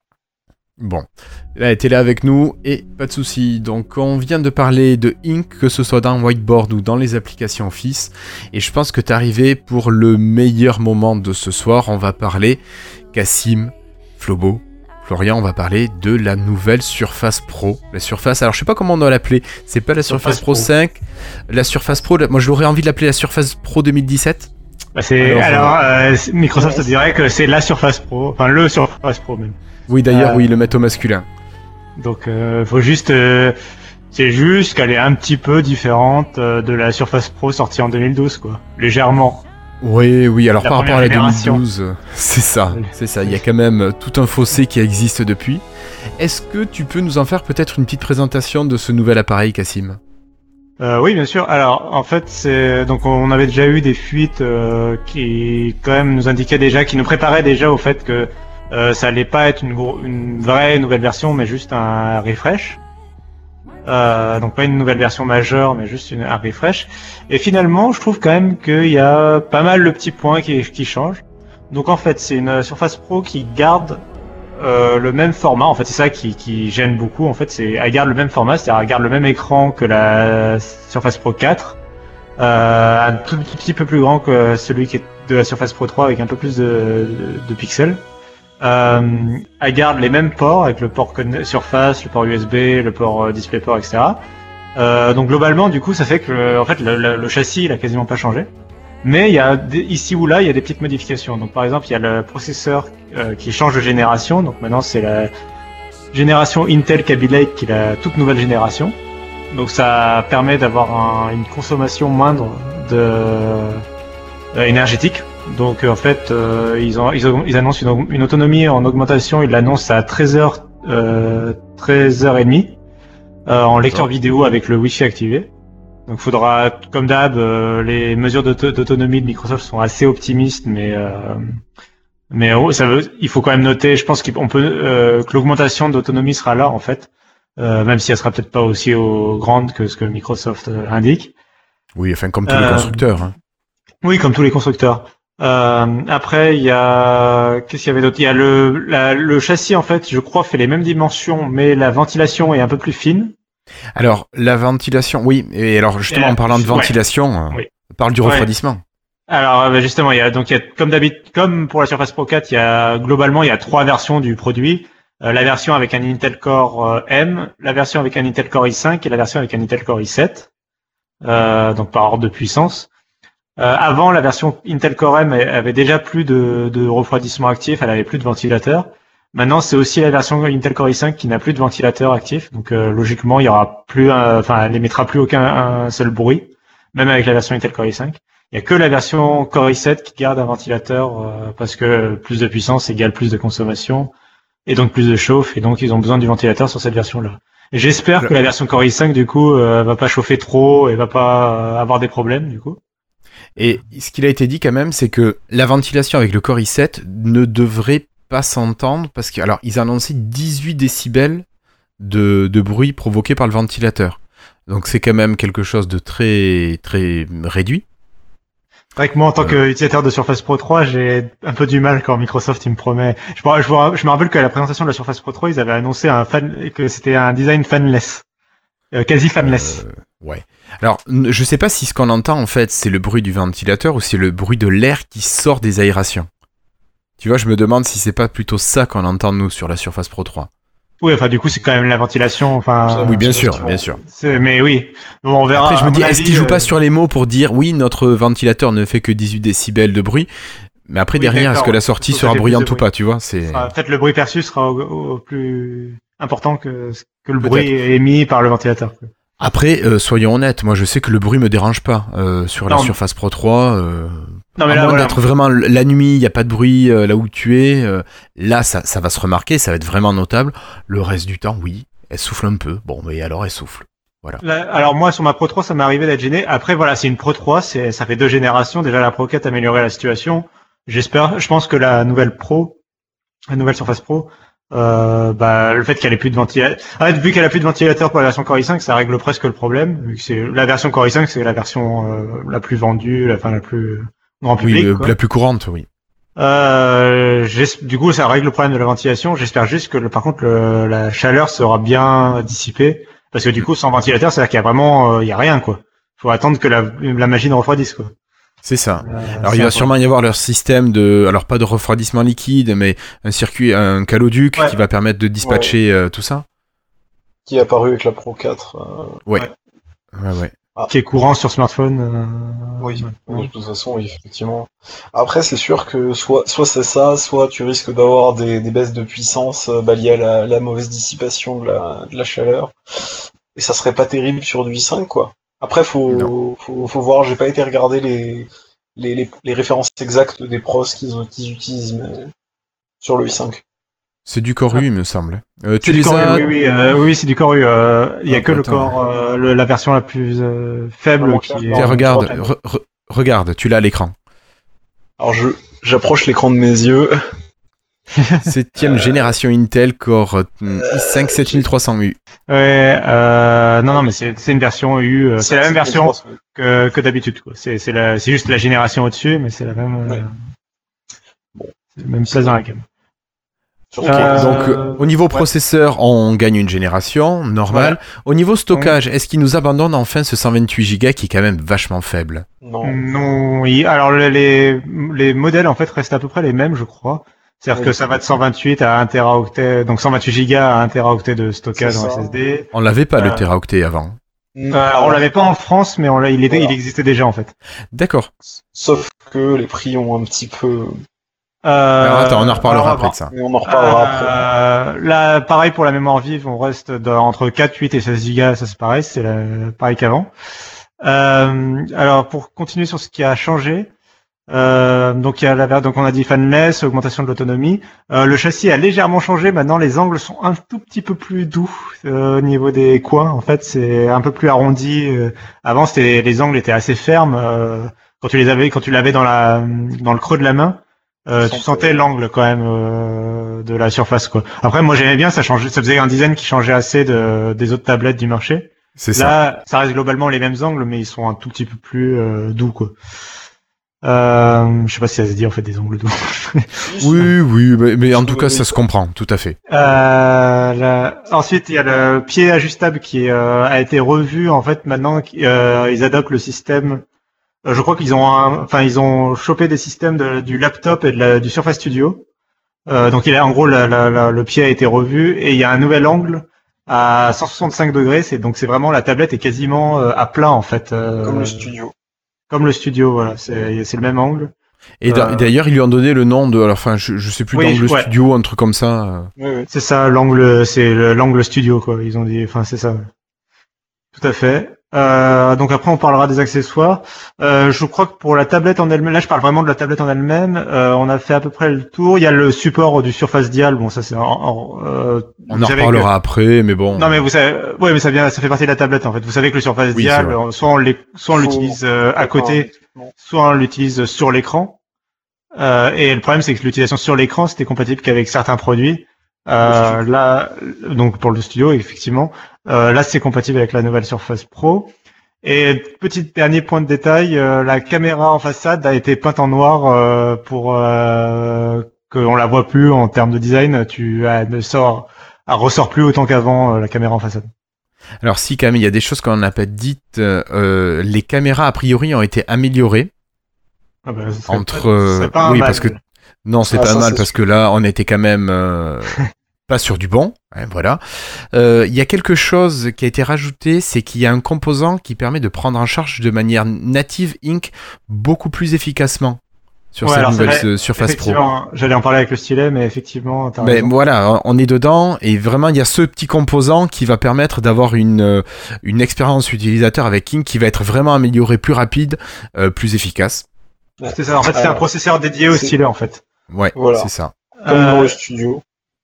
Bon, là, t'es là avec nous et pas de souci. Donc, on vient de parler de Ink, que ce soit dans Whiteboard ou dans les applications Office. Et je pense que t'es arrivé pour le meilleur moment de ce soir. On va parler, Cassim, Flobo, Florian, on va parler de la nouvelle Surface Pro. La Surface, alors je sais pas comment on doit l'appeler. C'est pas la Surface, Surface Pro, Pro cinq. La Surface Pro, moi j'aurais envie de l'appeler la Surface Pro deux mille dix-sept. Bah c'est, alors, alors euh, Microsoft te dirait que c'est la Surface Pro, enfin le Surface Pro même. Oui, d'ailleurs, euh, oui, le mettre au masculin. Donc, euh, faut juste, euh, c'est juste qu'elle est un petit peu différente euh, de la Surface Pro sortie en deux mille douze, quoi, légèrement. Oui, oui. Alors la par rapport à la deux mille douze, euh, c'est ça, c'est ça. Il y a quand même tout un fossé qui existe depuis. Est-ce que tu peux nous en faire peut-être une petite présentation de ce nouvel appareil, Cassim ? Euh, oui, bien sûr. Alors, en fait, c'est donc on avait déjà eu des fuites euh, qui quand même nous indiquaient déjà, qui nous préparaient déjà au fait que Euh, ça allait pas être une, gros, une vraie nouvelle version, mais juste un refresh. Euh, donc pas une nouvelle version majeure, mais juste une, un refresh. Et finalement, je trouve quand même qu'il y a pas mal de petits points qui, qui changent. Donc en fait, c'est une Surface Pro qui garde euh, le même format. En fait, c'est ça qui, qui gêne beaucoup. En fait, c'est elle garde le même format, c'est-à-dire elle garde le même écran que la Surface Pro quatre, euh, un tout, tout petit peu plus grand que celui qui est de la Surface Pro trois avec un peu plus de, de, de pixels. Euh, elle garde les mêmes ports avec le port Surface, le port U S B, le port euh, DisplayPort, et cetera. Euh, donc globalement, du coup, ça fait que en fait le, le, le châssis il a quasiment pas changé. Mais il y a des, ici ou là, il y a des petites modifications. Donc par exemple, il y a le processeur euh, qui change de génération. Donc maintenant, c'est la génération Intel Kaby Lake qui est la toute nouvelle génération. Donc ça permet d'avoir un, une consommation moindre de euh, énergétique. Donc en fait, euh, ils, ont, ils, ont, ils annoncent une, une autonomie en augmentation. Ils l'annoncent à treize heures, euh, treize heures trente euh, en lecteur vidéo avec le Wi-Fi activé. Donc faudra, comme d'hab, euh, les mesures d'auto- d'autonomie de Microsoft sont assez optimistes, mais euh, mais oh, ça veut, il faut quand même noter. Je pense qu'on peut euh, que l'augmentation d'autonomie sera là en fait, euh, même si elle sera peut-être pas aussi au, grande que ce que Microsoft euh, indique. Oui, enfin comme tous euh, les constructeurs. Hein. Oui, comme tous les constructeurs. Euh, après, il y a qu'est-ce qu'il y avait d'autre ? Il y a le la, le châssis en fait, je crois, fait les mêmes dimensions, mais la ventilation est un peu plus fine. Alors la ventilation, oui. Et alors justement, et, en parlant de ventilation, ouais. oui. parle du refroidissement. Ouais. Alors justement, il y a donc il y a comme d'habitude, comme pour la Surface Pro quatre, il y a globalement il y a trois versions du produit. Euh, la version avec un Intel Core euh, M, la version avec un Intel Core i cinq et la version avec un Intel Core i sept. Euh, donc par ordre de puissance. Euh, avant, la version Intel Core M avait déjà plus de, de refroidissement actif, elle avait plus de ventilateur. Maintenant, c'est aussi la version Intel Core i cinq qui n'a plus de ventilateur actif, donc euh, logiquement, il y aura plus, enfin, elle n'émettra plus aucun un seul bruit, même avec la version Intel Core i cinq. Il y a que la version Core i sept qui garde un ventilateur euh, parce que plus de puissance égale plus de consommation et donc plus de chauffe, et donc ils ont besoin du ventilateur sur cette version-là. Et j'espère que la version Core i cinq du coup euh, va pas chauffer trop et va pas euh, avoir des problèmes du coup. Et ce qu'il a été dit quand même, c'est que la ventilation avec le Core i sept ne devrait pas s'entendre parce que, alors, ils annonçaient dix-huit décibels de, de bruit provoqué par le ventilateur. Donc c'est quand même quelque chose de très, très réduit. C'est vrai que moi, en tant euh... qu'utilisateur de Surface Pro trois, j'ai un peu du mal quand Microsoft il me promet. Je, je, je me rappelle qu'à la présentation de la Surface Pro trois, ils avaient annoncé un fan, que c'était un design fanless, euh, quasi fanless. Euh, ouais. Alors, je sais pas si ce qu'on entend en fait, c'est le bruit du ventilateur ou c'est le bruit de l'air qui sort des aérations. Tu vois, je me demande si c'est pas plutôt ça qu'on entend nous sur la Surface Pro trois. Oui, enfin du coup c'est quand même la ventilation. Enfin. Oui, bien sûr, bien sûr. C'est, mais oui, bon, on verra. Après, je me dis, est-ce qu'ils jouent euh... pas sur les mots pour dire oui, notre ventilateur ne fait que dix-huit décibels de bruit, mais après oui, derrière, est-ce que la sortie sera bruyante ou pas, tu vois, c'est. Enfin, peut-être le bruit perçu sera au, au plus important que que le bruit peut-être. Émis par le ventilateur. Quoi. Après, euh, soyons honnêtes, moi je sais que le bruit me dérange pas euh, sur non, la Surface Pro trois. Euh, non, mais à là, moins voilà. d'être vraiment la nuit, il y a pas de bruit euh, là où tu es. Euh, là, ça, ça va se remarquer, ça va être vraiment notable. Le reste du temps, oui, elle souffle un peu. Bon, mais alors elle souffle. Voilà. Là, alors moi sur ma Pro trois, ça m'est arrivé d'être gêné. Après voilà, c'est une Pro trois, c'est ça fait deux générations. Déjà la Pro quatre a amélioré la situation. J'espère, je pense que la nouvelle Pro, la nouvelle Surface Pro. Euh, bah, le fait qu'elle ait plus de ventilateur, en fait, vu qu'elle a plus de ventilateur pour la version Core i cinq, ça règle presque le problème. Vu que c'est la version Core i cinq, c'est la version euh, la plus vendue, la, enfin la plus grand public. Oui, quoi. La plus courante, oui. Euh, du coup, ça règle le problème de la ventilation. J'espère juste que, le, par contre, le, la chaleur sera bien dissipée, parce que du coup, sans ventilateur, c'est-à-dire qu'il y a vraiment, euh, il y a rien, quoi. Faut attendre que la, la machine refroidisse, quoi. C'est ça. Euh, alors il va sûrement y avoir leur système de, alors pas de refroidissement liquide, mais un circuit, un caloduc ouais. qui va permettre de dispatcher ouais. euh, tout ça. Qui est apparu avec la Pro quatre. Euh... Ouais. Ouais, ouais. Ah. Qui est courant sur smartphone. Euh... Oui, ouais. De toute façon, oui, effectivement. Après, c'est sûr que soit, soit c'est ça, soit tu risques d'avoir des, des baisses de puissance euh, bah, liées à la, la mauvaise dissipation de la, de la chaleur. Et ça serait pas terrible sur du i cinq, quoi. Après, faut, faut, faut voir, j'ai pas été regarder les, les, les, les références exactes des pros qu'ils, qu'ils utilisent mais... sur le i cinq. C'est du Core U, il me semble. Euh, tu c'est les du Core as... U, oui, oui, euh, oui, c'est du Core U. Euh, il y a ah, que attends. le Core, euh, le, la version la plus euh, faible ah, qui est... Tiens, regarde, re, re, regarde, tu l'as à l'écran. Alors, je, j'approche l'écran de mes yeux. Septième euh... génération Intel Core i cinq sept mille trois cents U. Ouais, euh, non, non, mais c'est, c'est une version U. Euh, c'est la même version que, que d'habitude, quoi. C'est, c'est la, c'est juste la génération au-dessus, mais c'est la même, ouais. euh, bon, c'est la même place dans la gamme. Okay. Euh... Donc, euh, au niveau processeur, ouais. on gagne une génération, normal. Ouais. Au niveau stockage, ouais. est-ce qu'il nous abandonne enfin ce cent vingt-huit giga qui est quand même vachement faible? Non. Non, oui. Alors, les, les modèles, en fait, restent à peu près les mêmes, je crois. C'est-à-dire oui. que ça va de cent vingt-huit à un téraoctet, donc cent vingt-huit gigas à un téraoctet de stockage en S S D. On l'avait pas, euh... le téraoctet avant. Euh, on l'avait pas en France, mais on l'a, il, était, voilà. il existait déjà, en fait. D'accord. Sauf que les prix ont un petit peu... Euh, Alors attends, on en reparlera après de ça. Et on en reparlera euh, après. Là, pareil pour la mémoire vive, on reste dans, entre quatre, huit et seize gigas, ça c'est pareil, c'est la, pareil qu'avant. Euh, alors pour continuer sur ce qui a changé, euh, donc il y a la, donc on a dit fanless, augmentation de l'autonomie. Euh, le châssis a légèrement changé. Maintenant, les angles sont un tout petit peu plus doux euh, au niveau des coins. En fait, c'est un peu plus arrondi. Euh, avant, c'était les angles étaient assez fermes. Euh, quand tu les avais, quand tu l'avais dans la dans le creux de la main. Euh, tu sentais l'angle quand même euh, de la surface, quoi. Après, moi j'aimais bien, ça changeait, ça faisait un design qui changeait assez de, des autres tablettes du marché. C'est ça. Là, ça reste globalement les mêmes angles, mais ils sont un tout petit peu plus euh, doux, quoi. Euh, je sais pas si ça se dit en fait des angles doux. oui, oui, mais, mais en tout cas ça se comprend, tout à fait. Euh, la... Ensuite, il y a le pied ajustable qui euh, a été revu en fait. Maintenant, euh, ils adoptent le système. Je crois qu'ils ont, un, enfin, ils ont chopé des systèmes de, du laptop et de la, du Surface Studio. Euh, donc, il a, en gros, la, la, la, le pied a été revu et il y a un nouvel angle à cent soixante-cinq degrés. C'est donc c'est vraiment la tablette est quasiment euh, à plat en fait. Euh, comme le studio. Comme le studio, voilà. C'est, c'est le même angle. Et euh, d'ailleurs, ils lui ont donné le nom de, alors, enfin, je, je sais plus, oui, d'angle ouais. studio, un truc comme ça. Oui, oui. C'est ça, l'angle, c'est le, l'angle studio, quoi. Ils ont dit, enfin, c'est ça. Tout à fait. Euh, donc après on parlera des accessoires. Euh, je crois que pour la tablette en elle-même, là je parle vraiment de la tablette en elle-même. Euh, on a fait à peu près le tour. Il y a le support du Surface Dial. Bon ça c'est. En, en, euh, on en reparlera que... après, mais bon. Non mais vous savez, ouais mais ça vient, ça fait partie de la tablette en fait. Vous savez que le Surface oui, Dial, soit on, les, soit on l'utilise euh, à côté, soit on l'utilise sur l'écran. Euh, et le problème c'est que l'utilisation sur l'écran c'était compatible qu'avec certains produits. Euh, là, donc pour le studio, effectivement, euh, là c'est compatible avec la nouvelle Surface Pro. Et petit dernier point de détail, euh, la caméra en façade a été peinte en noir euh, pour euh, qu'on la voit plus en termes de design. Tu elle ne sort, elle ressort plus autant qu'avant euh, la caméra en façade. Alors si quand même il y a des choses qu'on n'a pas dites, euh, les caméras a priori ont été améliorées. Ah ben, entre pas, euh, pas oui mal. parce que non c'est ah, pas ça, mal c'est parce sûr. Que là on était quand même euh, pas sur du bon, hein, voilà. Il euh, y a quelque chose qui a été rajouté, c'est qu'il y a un composant qui permet de prendre en charge de manière native Ink beaucoup plus efficacement sur ouais, cette alors, nouvelle vrai, Surface Pro. J'allais en parler avec le stylet, mais effectivement... T'as mais raison. voilà, on est dedans, et vraiment il y a ce petit composant qui va permettre d'avoir une, une expérience utilisateur avec Ink qui va être vraiment améliorée, plus rapide, euh, plus efficace. C'est ça, en fait, c'est euh, un processeur dédié au stylet, en fait. Ouais, voilà. C'est ça. Comme euh, dans le studio.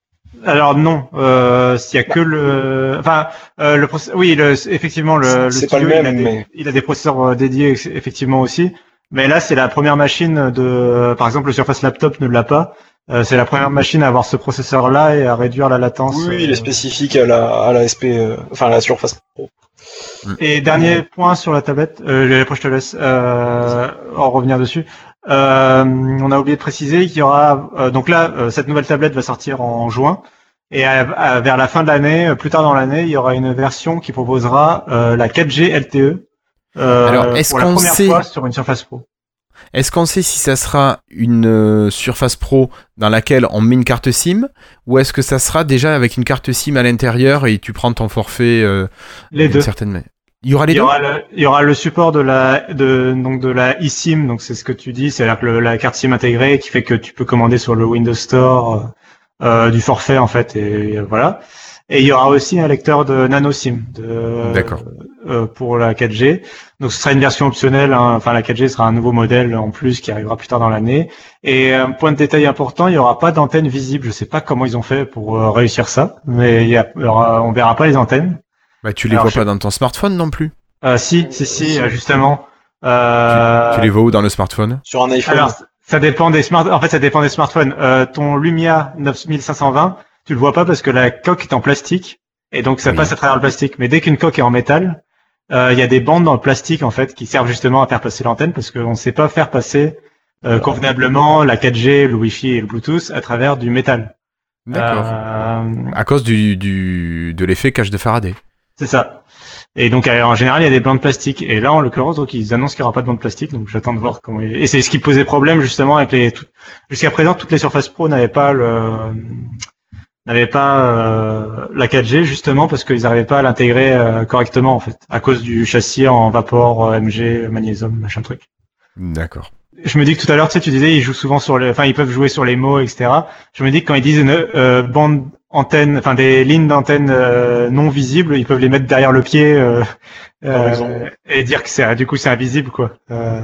Alors non, euh, s'il y a que le, enfin, euh, le process... oui, le, effectivement, le, le c'est studio, pas le même, il, a des, mais... il a des processeurs dédiés effectivement aussi, mais là c'est la première machine de, par exemple, le Surface Laptop ne l'a pas. Euh, c'est la première machine à avoir ce processeur-là et à réduire la latence. Oui, oui il est spécifique à la, à la S P, euh, enfin à la Surface Pro. Et dernier point sur la tablette, euh, après je te laisse euh, en revenir dessus. Euh, on a oublié de préciser qu'il y aura euh, donc là euh, cette nouvelle tablette va sortir en juin et à, à, vers la fin de l'année, euh, plus tard dans l'année, il y aura une version qui proposera euh, la quatre G L T E euh, Alors, est-ce pour la qu'on première sait... fois sur une Surface Pro. Est-ce qu'on sait si ça sera une euh, Surface Pro dans laquelle on met une carte SIM ou est-ce que ça sera déjà avec une carte SIM à l'intérieur et tu prends ton forfait euh, Les deux. Certaine manière. Il y aura les il y deux. Aura le, il y aura le support de la de donc de la eSIM, donc c'est ce que tu dis, c'est-à-dire que le, la carte SIM intégrée qui fait que tu peux commander sur le Windows Store euh, du forfait en fait et, et voilà. Et il y aura aussi un lecteur de nano SIM de D'accord. Euh, pour la quatre G. Donc ce sera une version optionnelle, hein. Enfin la quatre G sera un nouveau modèle en plus qui arrivera plus tard dans l'année. Et un point de détail important, il n'y aura pas d'antenne visible. Je sais pas comment ils ont fait pour euh, réussir ça, mais il y a, il y aura, on verra pas les antennes. Bah, tu les Alors, vois je... pas dans ton smartphone non plus. Euh, si, si, si, justement. Euh... Tu, tu les vois où dans le smartphone? Sur un iPhone. Alors, ça dépend des smart. En fait, ça dépend des smartphones. Euh, ton Lumia neuf mille cinq cent vingt, tu le vois pas parce que la coque est en plastique et donc ça oui. passe à travers le plastique. Mais dès qu'une coque est en métal, il euh, y a des bandes dans le plastique en fait qui servent justement à faire passer l'antenne parce qu'on ne sait pas faire passer euh, convenablement la quatre G, le Wi-Fi et le Bluetooth à travers du métal. D'accord. Euh... À cause du, du de l'effet cage de Faraday. C'est ça. Et donc en général il y a des bandes de plastique et là en l'occurrence donc ils annoncent qu'il n'y aura pas de bandes de plastique donc j'attends de voir comment il... et c'est ce qui posait problème justement avec les tout... jusqu'à présent toutes les Surface Pro n'avaient pas le n'avaient pas euh, la quatre G justement parce qu'ils n'arrivaient pas à l'intégrer euh, correctement en fait à cause du châssis en vapor euh, M G magnésium machin truc. D'accord. Je me dis que tout à l'heure tu sais tu disais ils jouent souvent sur les enfin ils peuvent jouer sur les mots etc. Je me dis que quand ils disent une euh, bande antenne, enfin des lignes d'antenne euh, non visibles, ils peuvent les mettre derrière le pied euh, euh, et dire que c'est du coup c'est invisible quoi. Euh,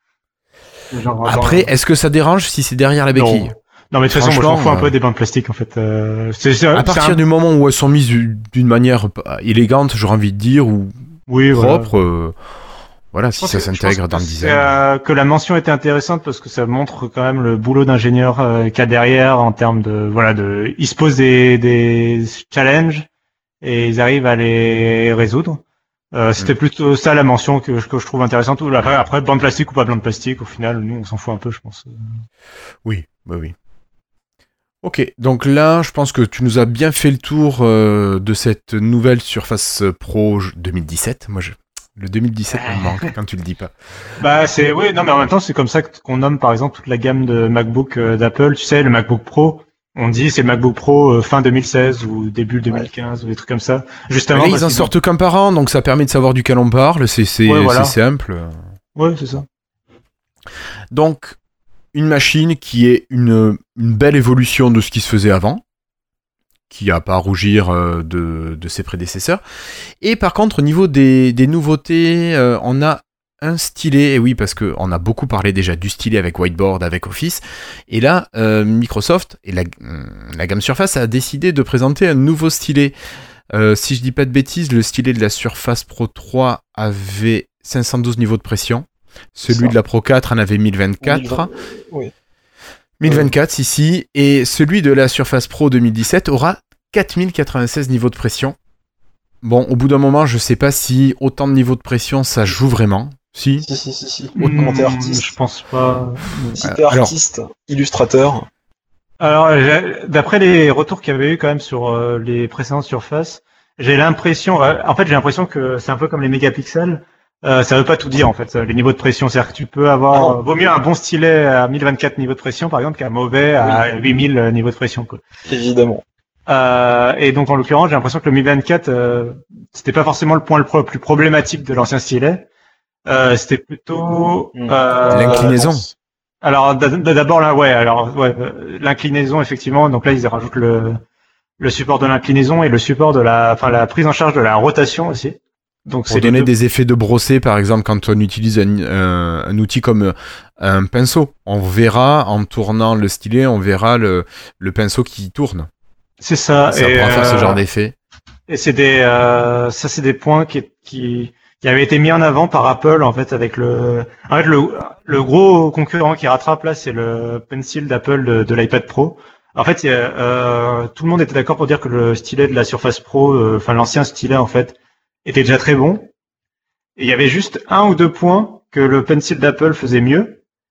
genre, Après, genre... est-ce que ça dérange si c'est derrière la béquille? Non, non mais de toute façon, moi je m'en fous un peu des bandes plastiques en fait. Euh, c'est, c'est, à partir un... du moment où elles sont mises d'une manière élégante, j'aurais envie de dire, ou oui, propre. Voilà. Euh... Voilà, si ça que, s'intègre dans le design. Euh, que la mention était intéressante parce que ça montre quand même le boulot d'ingénieur euh, qu'il y a derrière en termes de voilà de ils se posent des, des challenges et ils arrivent à les résoudre. Euh, c'était mmh. plutôt ça la mention que, que je trouve intéressante. Après, après bande plastique ou pas bande plastique, au final, nous on s'en fout un peu, je pense. Oui, bah oui. Ok, donc là, je pense que tu nous as bien fait le tour euh, de cette nouvelle Surface Pro deux mille dix-sept. Moi, je Le deux mille dix-sept me manque quand tu le dis pas. Bah c'est oui non mais en même temps c'est comme ça qu'on nomme par exemple toute la gamme de MacBook euh, d'Apple. Tu sais le MacBook Pro, on dit c'est le MacBook Pro euh, fin deux mille seize ou début deux mille quinze ouais. ou des trucs comme ça. Justement. Là, ils en sortent ont... qu'un par an donc ça permet de savoir duquel on parle. C'est c'est, ouais, voilà. c'est simple. Ouais c'est ça. Donc une machine qui est une une belle évolution de ce qui se faisait avant, qui n'a pas à rougir euh, de, de ses prédécesseurs. Et par contre, au niveau des, des nouveautés, euh, on a un stylet, et oui, parce qu'on a beaucoup parlé déjà du stylet avec Whiteboard, avec Office, et là, euh, Microsoft, et la, la gamme Surface, a décidé de présenter un nouveau stylet. Euh, si je dis pas de bêtises, le stylet de la Surface Pro trois avait cinq cent douze niveaux de pression, celui de la Pro quatre en avait mille vingt-quatre. mille vingt, oui. mille vingt-quatre ici, et celui de la Surface Pro deux mille dix-sept aura quatre mille quatre-vingt-seize niveaux de pression. Bon, au bout d'un moment, je sais pas si autant de niveaux de pression, ça joue vraiment. Si Si, si, si. si. Mmh, quand t'es artiste. Je pense pas. Si t'es artiste, alors, illustrateur... Alors, d'après les retours qu'il y avait eu quand même sur euh, les précédentes Surface, j'ai l'impression... Euh, en fait, j'ai l'impression que c'est un peu comme les mégapixels. Euh, ça veut pas tout dire en fait, les niveaux de pression. C'est-à-dire que tu peux avoir, ah vaut mieux un bon stylet à mille vingt-quatre niveaux de pression par exemple qu'un mauvais à oui. huit mille niveaux de pression quoi. Évidemment. Euh, et donc en l'occurrence, j'ai l'impression que le mille vingt-quatre, euh, c'était pas forcément le point le pro- plus problématique de l'ancien stylet. Euh, c'était plutôt euh, l'inclinaison. Alors d'abord là, ouais, alors ouais, l'inclinaison effectivement. Donc là, ils rajoutent le le support de l'inclinaison et le support de la, enfin la prise en charge de la rotation aussi. Donc, pour c'est donner des effets de brosser, par exemple, quand on utilise un, un, un outil comme un pinceau, on verra en tournant le stylet, on verra le, le pinceau qui tourne. C'est ça. Ça et pourra euh, faire ce genre d'effet. Et c'est des, euh, ça c'est des points qui, qui, qui avaient été mis en avant par Apple en fait avec le, en fait le, le gros concurrent qui rattrape là, c'est le Pencil d'Apple de, de l'iPad Pro. En fait, euh, tout le monde était d'accord pour dire que le stylet de la Surface Pro, euh, enfin l'ancien stylet en fait, était déjà très bon. Et il y avait juste un ou deux points que le Pencil d'Apple faisait mieux.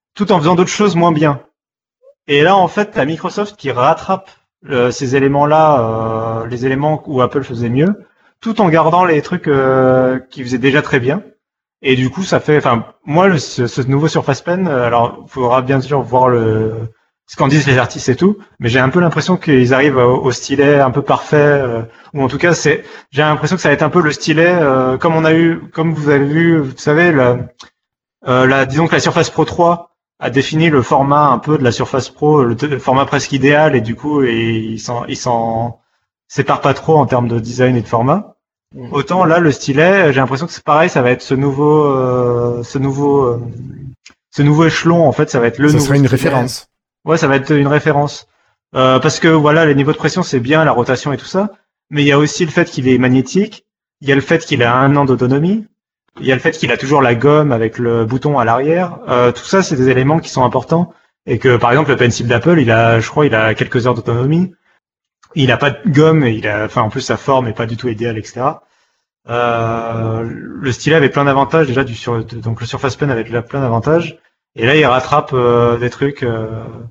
tout en faisant d'autres choses moins bien. Et là, en fait, t'as Microsoft qui rattrape euh, ces éléments-là, euh, les éléments où Apple faisait mieux, tout en gardant les trucs euh, qui faisaient déjà très bien. Et du coup, ça fait, enfin, moi, le, ce, ce nouveau Surface Pen, alors, il faudra bien sûr voir le ce qu'en disent les artistes et tout, mais j'ai un peu l'impression qu'ils arrivent au, au stylet un peu parfait, euh, ou en tout cas, c'est, j'ai l'impression que ça va être un peu le stylet euh, comme on a eu, comme vous avez vu, vous savez, la, euh, la, disons que la Surface Pro trois a défini le format un peu de la Surface Pro, le, le format presque idéal, et du coup, et, il s'en, il s'en sépare pas trop en termes de design et de format. Autant là, le stylet, j'ai l'impression que c'est pareil, ça va être ce nouveau, euh, ce nouveau, euh, ce nouveau échelon. En fait, ça va être le ça nouveau. Ça sera une stylet. référence. Ouais, ça va être une référence. Euh, parce que voilà, les niveaux de pression, c'est bien, la rotation et tout ça. Mais il y a aussi le fait qu'il est magnétique. Il y a le fait qu'il a un an d'autonomie. Il y a le fait qu'il a toujours la gomme avec le bouton à l'arrière. Euh, tout ça, c'est des éléments qui sont importants. Et que, par exemple, le Pencil d'Apple, il a, je crois, il a quelques heures d'autonomie. Il a pas de gomme, et il a, enfin, en plus, sa forme est pas du tout idéale, et cetera. Euh, le stylet avait plein d'avantages déjà du sur, donc le Surface Pen avait plein d'avantages. Et là, il rattrape euh, des trucs. Euh,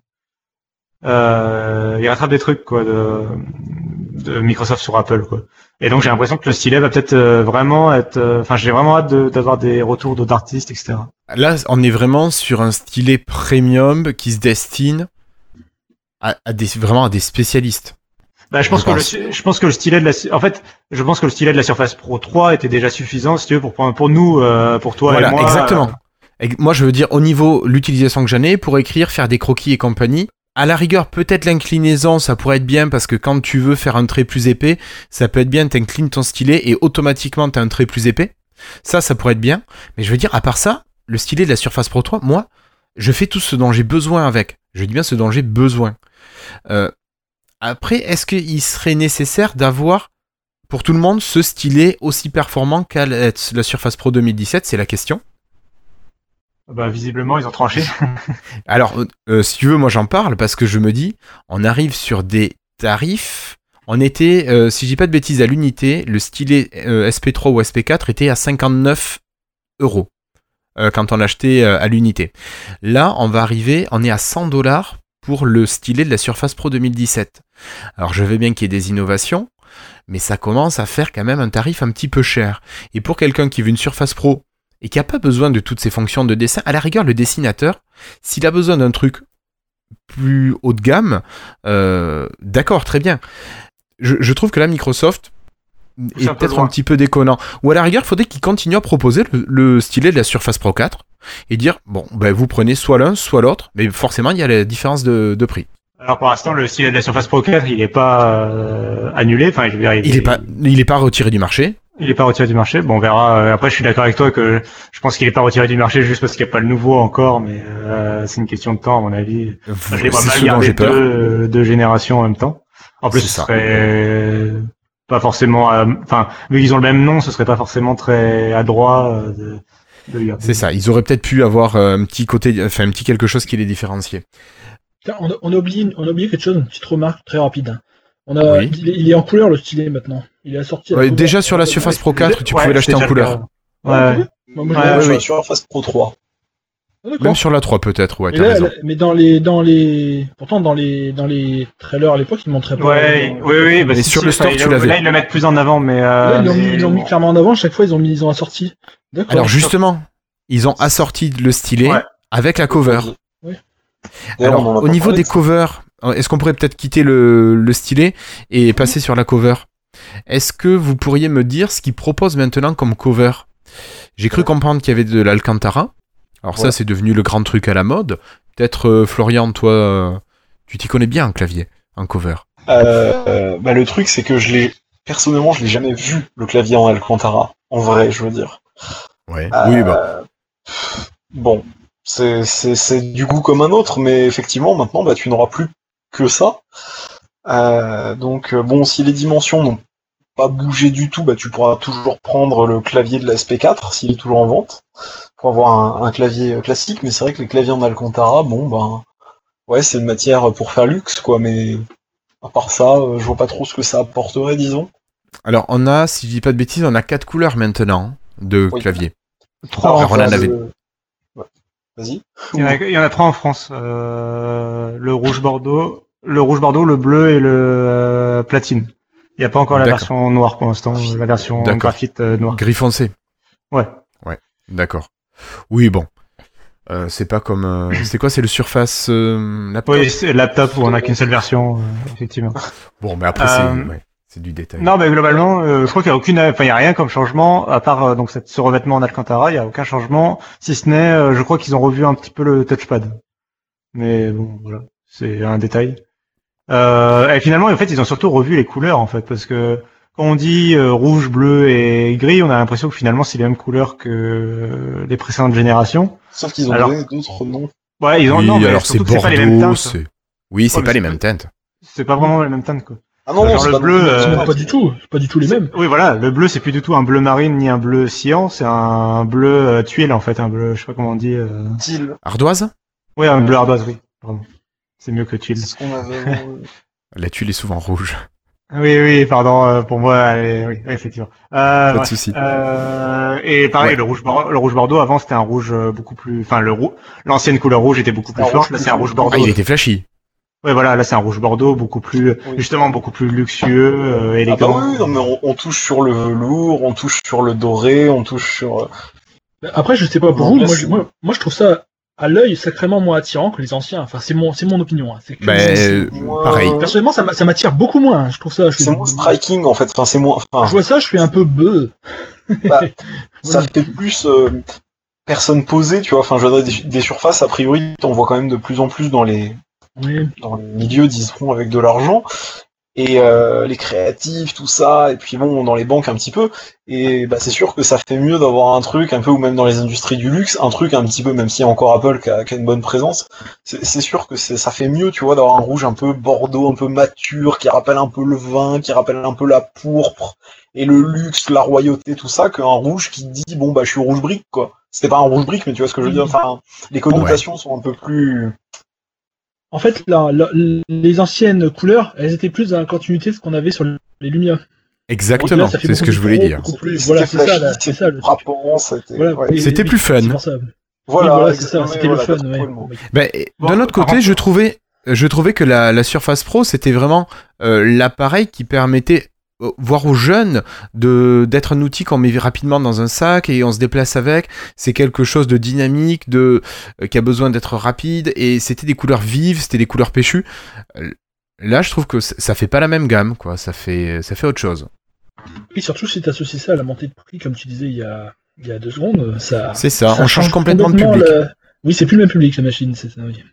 euh, il rattrape des trucs quoi de, de Microsoft sur Apple quoi. Et donc j'ai l'impression que le stylet va peut-être euh, vraiment être. Enfin, euh, j'ai vraiment hâte de, d'avoir des retours d'artistes, et cetera. Là, on est vraiment sur un stylet premium qui se destine à, à des vraiment à des spécialistes. Bah, je pense, je que pense. Le, je pense que le stylet de la, en fait, je pense que le stylet de la Surface Pro trois était déjà suffisant, si tu veux, pour, pour nous, euh, pour toi voilà, et moi. Exactement. Euh... Moi, je veux dire, au niveau l'utilisation que j'en ai, pour écrire, faire des croquis et compagnie, à la rigueur, peut-être l'inclinaison, ça pourrait être bien, parce que quand tu veux faire un trait plus épais, ça peut être bien, t'inclines ton stylet et automatiquement t'as un trait plus épais. Ça, ça pourrait être bien. Mais je veux dire, à part ça, le stylet de la Surface Pro trois, moi, je fais tout ce dont j'ai besoin avec. Je dis bien ce dont j'ai besoin. Euh, Après, est-ce qu'il serait nécessaire d'avoir, pour tout le monde, ce stylet aussi performant qu'à la Surface Pro deux mille dix-sept? C'est la question. Bah, visiblement, ils ont tranché. Alors, euh, si tu veux, moi j'en parle parce que je me dis, on arrive sur des tarifs. On était, euh, si je dis pas de bêtises, à l'unité, le stylet euh, S P trois ou S P quatre était à cinquante-neuf euros euh, quand on l'achetait euh, à l'unité. Là, on va arriver, on est à cent dollars pour le stylet de la Surface Pro deux mille dix-sept. Alors je veux bien qu'il y ait des innovations, mais ça commence à faire quand même un tarif un petit peu cher. Et pour quelqu'un qui veut une Surface Pro et qui n'a pas besoin de toutes ces fonctions de dessin, à la rigueur le dessinateur, s'il a besoin d'un truc plus haut de gamme, euh, d'accord, très bien. Je, je trouve que là Microsoft est, est peut-être un petit peu déconnant. Ou à la rigueur, il faudrait qu'il continue à proposer le, le stylet de la Surface Pro quatre et dire, bon, ben vous prenez soit l'un, soit l'autre, mais forcément, il y a la différence de, de prix. Alors pour l'instant, le stylet de la Surface Pro quatre, il n'est pas euh, annulé. Enfin, je veux dire, il, il est pas, il est pas retiré du marché. Il n'est pas retiré du marché. Bon, on verra. Après, je suis d'accord avec toi que je pense qu'il n'est pas retiré du marché juste parce qu'il n'y a pas le nouveau encore, mais euh, c'est une question de temps à mon avis. Enfin, je l'ai pas mal gardé deux, deux générations en même temps. En plus, ce serait pas forcément. Enfin, vu qu'ils ont le même nom, ce serait pas forcément très adroit de. C'est ça, ils auraient peut-être pu avoir un petit côté, enfin un petit quelque chose qui les différenciait. On a, on a oublié, on a oublié quelque chose, une petite remarque très rapide. On a, oui. il, est, il est en couleur le stylet maintenant. Il est assorti. Ouais, déjà sur la Surface Pro quatre, tu ouais, pouvais l'acheter en couleur. Ouais. ouais. ouais. Moi, moi, ouais, ouais, ouais. Sur la Surface Pro trois. Ah, même sur la trois peut-être, ouais. Mais, là, là, mais dans les, dans les, pourtant dans les, dans les trailers à l'époque, ils montraient pas. Ouais, euh, oui, oui. Bah, mais si, sur si, le store, tu l'avais. Là, ils le mettent plus en avant, mais. Euh, là, ils l'ont mais... mis, mis clairement en avant. Chaque fois, ils ont mis, ils ont assorti. D'accord. Alors justement, ils ont assorti le stylet ouais. avec la cover. Oui. Alors, au niveau des covers, est-ce qu'on pourrait peut-être quitter le, le stylet et passer mmh. sur la cover? Est-ce que vous pourriez me dire ce qu'ils proposent maintenant comme cover? J'ai cru comprendre qu'il y avait de l'Alcantara. Alors ouais. ça, c'est devenu le grand truc à la mode. Peut-être, euh, Florian, toi, euh, tu t'y connais bien en clavier, en cover. Euh, euh, bah, le truc, c'est que je l'ai personnellement, je l'ai jamais vu, le clavier en Alcantara. En vrai, je veux dire. Ouais. Euh, oui, bah. Bon. C'est, c'est, c'est du goût comme un autre, mais effectivement, maintenant, bah, tu n'auras plus que ça. Euh, donc, bon, si les dimensions n'ont pas bougé du tout, bah, tu pourras toujours prendre le clavier de la S P quatre, s'il est toujours en vente, pour avoir un, un clavier classique, mais c'est vrai que les claviers en Alcantara, bon, ben, ouais, c'est une matière pour faire luxe, quoi, mais à part ça, je vois pas trop ce que ça apporterait, disons. Alors, on a, si je dis pas de bêtises, on a quatre couleurs maintenant de oui. clavier. Trois, Alors, on en avait... de... Vas-y. Il y en a, il y en a trois en France. Euh, le rouge bordeaux, le rouge bordeaux, le bleu et le euh, platine. Il n'y a pas encore la D'accord. version noire pour l'instant, la version D'accord. graphite euh, noire. Gris foncé. Ouais. Ouais. D'accord. Oui, bon. Euh, c'est pas comme. Euh, c'est quoi? C'est le Surface euh, laptop. Oui, c'est laptop où on n'a qu'une seule version, euh, effectivement. Bon, mais après Euh, c'est, ouais, c'est du détail. Non, mais globalement, euh, je crois qu'il y a aucune, enfin, il y a rien comme changement à part euh, donc cette, ce revêtement en Alcantara. Il y a aucun changement, si ce n'est, euh, je crois qu'ils ont revu un petit peu le touchpad. Mais bon, voilà, c'est un détail. Euh, et finalement, en fait, ils ont surtout revu les couleurs, en fait, parce que quand on dit euh, rouge, bleu et gris, on a l'impression que finalement c'est les mêmes couleurs que euh, les précédentes générations. Sauf qu'ils ont Alors- donné d'autres noms. Ouais, ils ont oui, non, mais alors c'est surtout que c'est pas les mêmes Bordeaux, teintes. c'est. Oui, c'est Ouais, mais pas les c'est- mêmes teintes. C'est pas vraiment les mêmes teintes, quoi. Ah non, non, Genre c'est le pas bleu, non plus- euh, Non, pas du tout, c'est pas du tout les mêmes. Oui, voilà, le bleu c'est plus du tout un bleu marine ni un bleu cyan, c'est un bleu euh, tuile en fait, un bleu, je sais pas comment on dit. Euh... Teal. Ardoise? Ouais, un bleu ardoise, oui. Pardon. C'est mieux que tuile. C'est ce qu'on avait avant. La tuile est souvent rouge. Oui, oui, pardon, euh, pour moi, elle est- oui, oui, effectivement. Euh, Pas de bref. souci. Euh, et pareil, Ouais. le rouge, bor- le rouge bordeaux avant c'était un rouge euh, beaucoup plus, enfin le rou... l'ancienne couleur rouge était beaucoup plus un forte, rouge là plus c'est un rouge fluo. bordeaux. Ah, il était flashy. Ouais, voilà, là c'est un rouge bordeaux beaucoup plus, Oui. justement beaucoup plus luxueux, euh, Ah bah élégant. oui, non, mais on, on touche sur le velours, on touche sur le doré, on touche sur. euh, Mais Après, je sais pas pour Non, vous, là, moi, c'est- je, moi, moi je trouve ça à l'œil sacrément moins attirant que les anciens. Enfin, c'est mon, c'est mon opinion. Hein. C'est que- Ben, c'est- euh, moins- pareil. Personnellement, ça m'a- ça m'attire beaucoup moins. hein. Je trouve ça. Je, C'est moins striking en fait. Enfin, c'est moins. Enfin, je vois ça, je fais un peu beuh. Bah, ça fait plus euh, personne posée, tu vois. Enfin, je veux dire, des, des surfaces, a priori, on voit quand même de plus en plus dans les Oui. dans les milieux, disons, avec de l'argent. Et euh, les créatifs, tout ça, et puis bon, dans les banques un petit peu. Et bah, c'est sûr que ça fait mieux d'avoir un truc un peu, ou même dans les industries du luxe, un truc un petit peu, même s'il y a encore Apple qui a, qui a une bonne présence, c'est c'est sûr que c'est- ça fait mieux, tu vois, d'avoir un rouge un peu bordeaux, un peu mature, qui rappelle un peu le vin, qui rappelle un peu la pourpre, et le luxe, la royauté, tout ça, qu'un rouge qui dit, bon, bah, je suis rouge brique, quoi. C'était pas un rouge brique, mais tu vois ce que je veux dire. Enfin, les connotations sont un peu plus... En fait, la- la- les anciennes couleurs, elles étaient plus dans la continuité de ce qu'on avait sur les Lumia. Exactement, Là, ça fait c'est ce beaucoup que je plus voulais gros, dire. beaucoup plus- C'était Voilà, c'est ça, flashy, là, c'est ça le truc. frappant, c'était... Voilà, ouais. et- C'était et- plus fun. c'est pour ça. Voilà, Oui, voilà, c'est ça, exactement, c'était voilà, le fun. t'as ouais. trouvé le mot. Ben, Bon, d'un autre par côté, contre- je trouvais, je trouvais que la, la Surface Pro, c'était vraiment euh, l'appareil qui permettait, euh, voire aux jeunes, de d'être un outil qu'on met rapidement dans un sac et on se déplace avec. C'est quelque chose de dynamique, de euh, qui a besoin d'être rapide, et c'était des couleurs vives, c'était des couleurs péchues. Euh, Là, je trouve que c- ça fait pas la même gamme, quoi. Ça fait, ça fait autre chose. Et surtout, si tu associes ça à la montée de prix, comme tu disais il y a, il y a deux secondes, ça. C'est ça, ça on change complètement de public. le- Oui, c'est plus le même public, la machine, c'est ça, oui.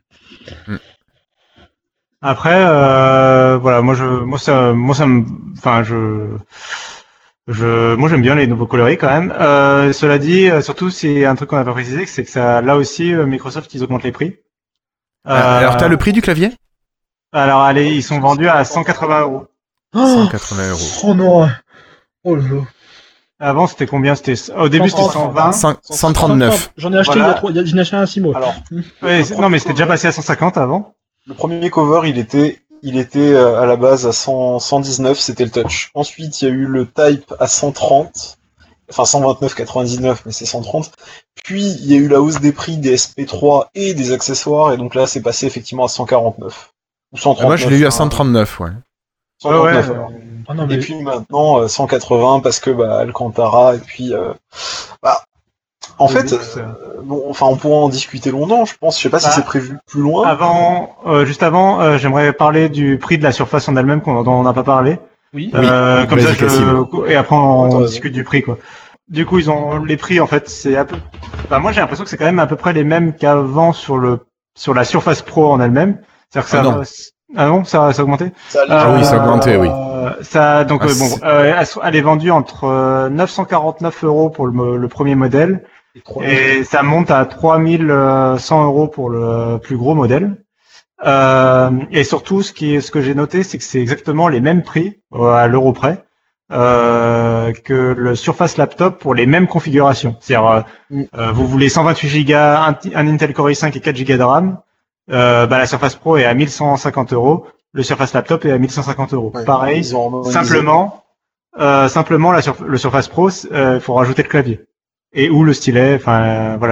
Après, euh, voilà, moi je, moi ça, moi ça me, enfin je, je, moi j'aime bien les nouveaux coloris quand même. Euh, cela dit, euh, surtout c'est un truc qu'on n'a pas précisé, c'est que ça, là aussi euh, Microsoft ils augmentent les prix. Euh, Alors, t'as le prix du clavier? Alors allez, ils sont vendus à cent quatre-vingts euros. Oh, cent quatre-vingts euros. oh non. Oh là là. Avant c'était combien? C'était au début c'était cent vingt. Cent- cent trente-neuf. J'en ai acheté Voilà. il y a trois, il y a- j'en ai acheté un à six mois. Alors, Ouais, c'est- non mais c'était déjà passé à cent cinquante avant. le premier cover, il était, il était euh, à la base à cent, cent dix-neuf, c'était le touch. Ensuite, il y a eu le type à cent trente, enfin cent vingt-neuf quatre-vingt-dix-neuf, mais c'est cent trente. Puis, il y a eu la hausse des prix des S P trois et des accessoires, et donc là, c'est passé effectivement à cent quarante-neuf. Ou cent Ah, trente-neuf. moi, je l'ai eu à hein. cent trente-neuf, ouais. cent trente-neuf, Ouais, ouais. alors. Ah non, mais Et puis maintenant, euh, cent quatre-vingts, parce que bah, Alcantara, et puis... Euh, bah, en Le fait, luxe. euh, bon, enfin, on pourra en discuter longtemps, je pense. Je sais pas si Bah, c'est prévu plus loin. Avant, euh, juste avant, euh, j'aimerais parler du prix de la surface en elle-même qu'on- dont on n'a pas parlé. oui. Euh, comme ça, vas-y, Cassim. je... et après on Attends, discute du prix, quoi. Du coup, ils ont les prix, en fait, c'est un peu. Enfin, moi, j'ai l'impression que c'est quand même à peu près les mêmes qu'avant sur le sur la Surface Pro en elle-même. C'est-à-dire que Ah ça. non. Ah non, ça, ça a augmenté. Ça a Ah oui, ça a augmenté, oui. Euh, Ça, donc Ah, euh, bon, c'est- euh, elle, so- elle est vendue entre euh, neuf cent quarante-neuf euros pour le, mo- le premier modèle les trois- et ça monte à trois mille cent euros pour le plus gros modèle. Euh, et surtout, ce qui est, ce que j'ai noté, c'est que c'est exactement les mêmes prix euh, à l'euro près euh, que le Surface Laptop pour les mêmes configurations. C'est-à-dire, euh, Mm. euh, vous voulez cent vingt-huit gigas, un, ti- un Intel Core i cinq et quatre gigas de RAM, euh, bah, la Surface Pro est à mille cent cinquante euros, le Surface Laptop est à mille cent cinquante euros. Ouais, Pareil, ils ont harmonisé. simplement, euh, simplement la sur- le Surface Pro, il faut rajouter le clavier et ou le stylet. Enfin, euh, voilà.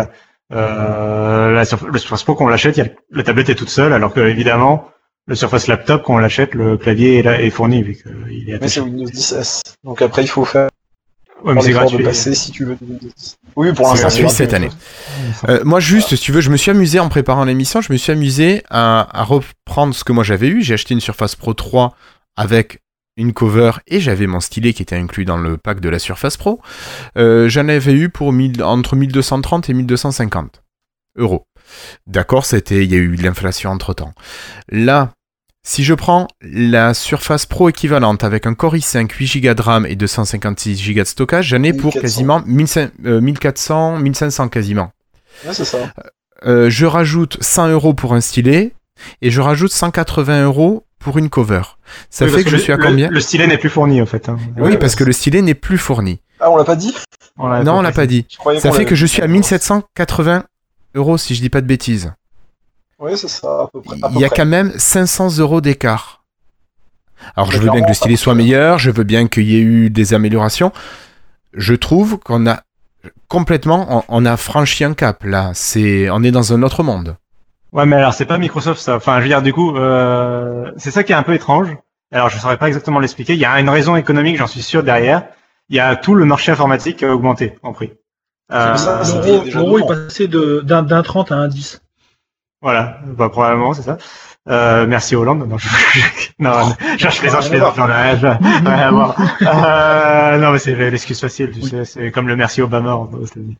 Euh, la Surf- le Surface Pro, quand on l'achète, il y a, la tablette est toute seule, alors que évidemment, le Surface Laptop, quand on l'achète, le clavier est, là, est fourni vu qu'il est Mais c'est attaché. Windows dix S. Donc après, il faut faire Ouais, mais c'est l'effort de gratuit. passer si tu veux de Windows dix. Oui, pour C'est l'instant, gratuit gratuit. cette année. Euh, moi, juste, si tu veux, je me suis amusé en préparant l'émission, je me suis amusé à, à reprendre ce que moi j'avais eu. J'ai acheté une Surface Pro trois avec une cover et j'avais mon stylet qui était inclus dans le pack de la Surface Pro. Euh, j'en avais eu pour mille, entre mille deux cent trente et mille deux cent cinquante euros. D'accord, c'était, il y a eu de l'inflation entre temps. Là, si je prends la Surface Pro équivalente avec un Core i cinq, huit giga de RAM et deux cent cinquante-six giga de stockage, j'en ai pour mille quatre cents. quasiment mille cinq cents, euh, mille quatre cents, mille cinq cents quasiment. Ouais, c'est ça. Euh, je rajoute cent euros pour un stylet et je rajoute cent quatre-vingts euros pour une cover. Ça Oui, fait parce que je le- suis à le- combien? Le stylet n'est plus fourni, en fait. Hein. Oui, Ouais, parce ouais. que le stylet n'est plus fourni. Ah, on l'a pas dit? On l'a- Non, on l'a pas dit. Je croyais Ça qu'on fait l'avait que je dit. suis à mille sept cent quatre-vingts euros si je dis pas de bêtises. Ouais, c'est ça, à peu près. à Il peu y a près. quand même cinq cents euros d'écart. Alors je Mais veux bien que le clairement, stylet parce soit que- meilleur, je veux bien qu'il y ait eu des améliorations. Je trouve qu'on a complètement, on, on a franchi un cap là. C'est, on est dans un autre monde. Ouais, mais alors c'est pas Microsoft ça. Enfin, je veux dire, du coup, euh, c'est ça qui est un peu étrange. Alors, je saurais pas exactement l'expliquer. Il y a une raison économique, j'en suis sûr derrière. Il y a tout le marché informatique qui a augmenté en prix. Euh, C'est ça, c'était L'euro déjà l'euro est deux ans. passé de- d'un d'un trente à un dix. Voilà, bah, probablement, c'est ça. Euh, merci Hollande. Non, je, non, je, je plaisante, je plaisante. Non, rien, rien à voir. Euh, non, mais c'est l'excuse facile, tu sais. C'est comme le merci Obama aux États-Unis.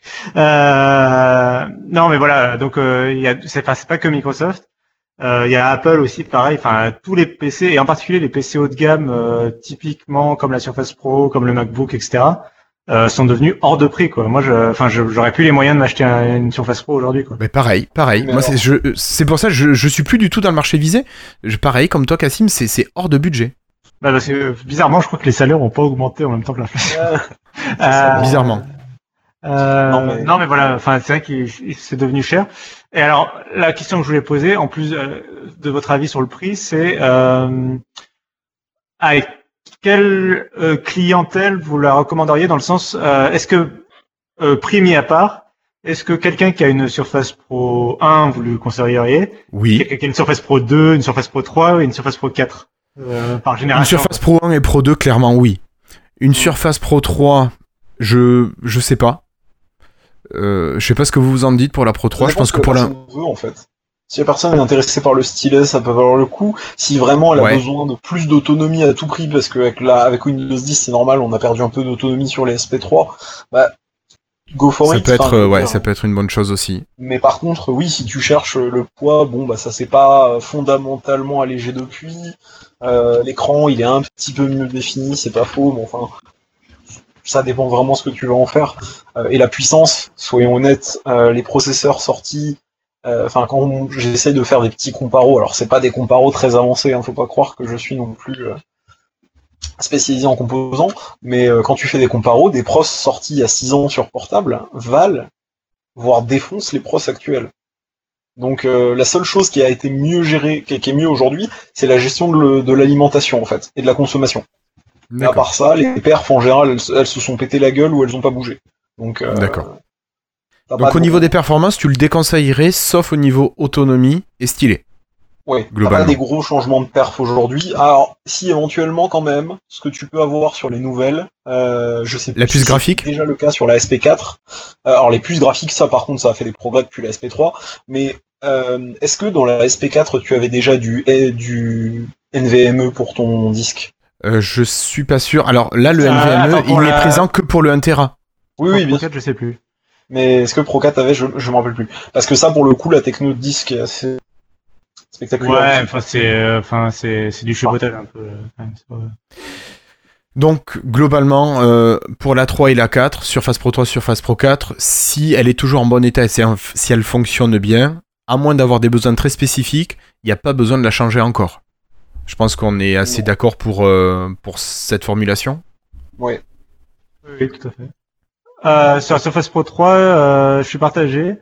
Euh, non, mais voilà. Donc, euh, il y a, c'est pas, c'est pas que Microsoft. Euh, Il y a Apple aussi, pareil. Enfin, tous les P C et en particulier les P C haut de gamme, euh, typiquement comme la Surface Pro, comme le MacBook, et cetera. Euh, sont devenus hors de prix, quoi. Moi, je, enfin, je- j'aurais plus les moyens de m'acheter un- une Surface Pro aujourd'hui, quoi. Mais pareil, pareil. Mais Moi, alors- c'est, je, c'est pour ça que je, je suis plus du tout dans le marché visé. Je, pareil, comme toi, Cassim, c'est, c'est hors de budget. Bah, parce que bizarrement, je crois que les salaires ont pas augmenté en même temps que l'inflation. ça, Euh, Bizarrement. Euh, Non, non, mais- mais... voilà, enfin c'est vrai qu'il c'est devenu cher. Et alors la question que je voulais poser, en plus euh, de votre avis sur le prix, c'est euh, avec quelle euh, clientèle vous la recommanderiez dans le sens, euh, est-ce que euh, prix mis à part, est-ce que quelqu'un qui a une Surface Pro un, vous le conseilleriez? Oui. Quelqu'un qui a une Surface Pro deux, une Surface Pro trois et une Surface Pro quatre euh, par Une génération? Surface Pro un et Pro deux, clairement, oui. Une Surface Pro trois, je, je sais pas. Euh, je sais pas ce que vous vous en dites pour la Pro trois. Je pense que pour la, la... veut, en fait. Si la personne est intéressée par le stylet, ça peut valoir le coup. Si vraiment elle a Ouais. besoin de plus d'autonomie à tout prix, parce qu'avec la, avec Windows dix, c'est normal, on a perdu un peu d'autonomie sur les S P trois, bah, go for ça it. peut être, enfin, euh, je veux ouais, dire. ça peut être une bonne chose aussi. Mais par contre, oui, si tu cherches le poids, bon, bah, ça s'est pas fondamentalement allégé depuis. Euh, l'écran, il est un petit peu mieux défini, c'est pas faux, mais enfin, ça dépend vraiment ce que tu vas en faire. Euh, et la puissance, soyons honnêtes, euh, les processeurs sortis, euh, enfin, quand on- j'essaye de faire des petits comparos, alors c'est pas des comparos très avancés, hein, faut pas croire que je suis non plus euh, spécialisé en composants, mais euh, quand tu fais des comparos, des pros sortis il y a six ans sur portable valent, voire défoncent les pros actuels. Donc euh, la seule chose qui a été mieux gérée, qui, qui est mieux aujourd'hui, c'est la gestion de, le- de l'alimentation en fait, et de la consommation. Mais à D'accord. part ça, les perfs en général, elles, elles se sont pété la gueule ou elles ont pas bougé. Donc, euh, D'accord. t'as Donc pas au de- niveau des performances, tu le déconseillerais, sauf au niveau autonomie et stylet. Ouais, t'as globalement. pas des gros changements de perf aujourd'hui. Alors, si éventuellement quand même, ce que tu peux avoir sur les nouvelles, euh, je sais plus La puce si graphique c'est déjà le cas sur la S P quatre. Euh, alors les puces graphiques, ça par contre, ça a fait des progrès depuis la S P trois. Mais euh, est-ce que dans la S P quatre, tu avais déjà du, eh, du N V M e pour ton disque? Euh, je suis pas sûr. Alors là, le Ah, N V M E, attends, pour il la- n'est présent que pour le un téra. Oui, oui, bien sûr. Peut-être, je sais plus. Mais est-ce que Pro quatre avait, je, je m'en rappelle plus. Parce que ça, pour le coup, la techno de disque est assez spectaculaire. Ouais, enfin c'est, euh, enfin c'est, c'est du chipotage un peu. euh, ouais, c'est pas- Donc globalement, euh, pour la trois et la quatre, Surface Pro trois, Surface Pro quatre, si elle est toujours en bon état et si elle- si elle fonctionne bien, à moins d'avoir des besoins très spécifiques, il n'y a pas besoin de la changer encore. Je pense qu'on est assez Ouais. d'accord pour, euh, pour cette formulation. Ouais. Oui, tout à fait. Euh, sur la Surface Pro trois, euh, je suis partagé.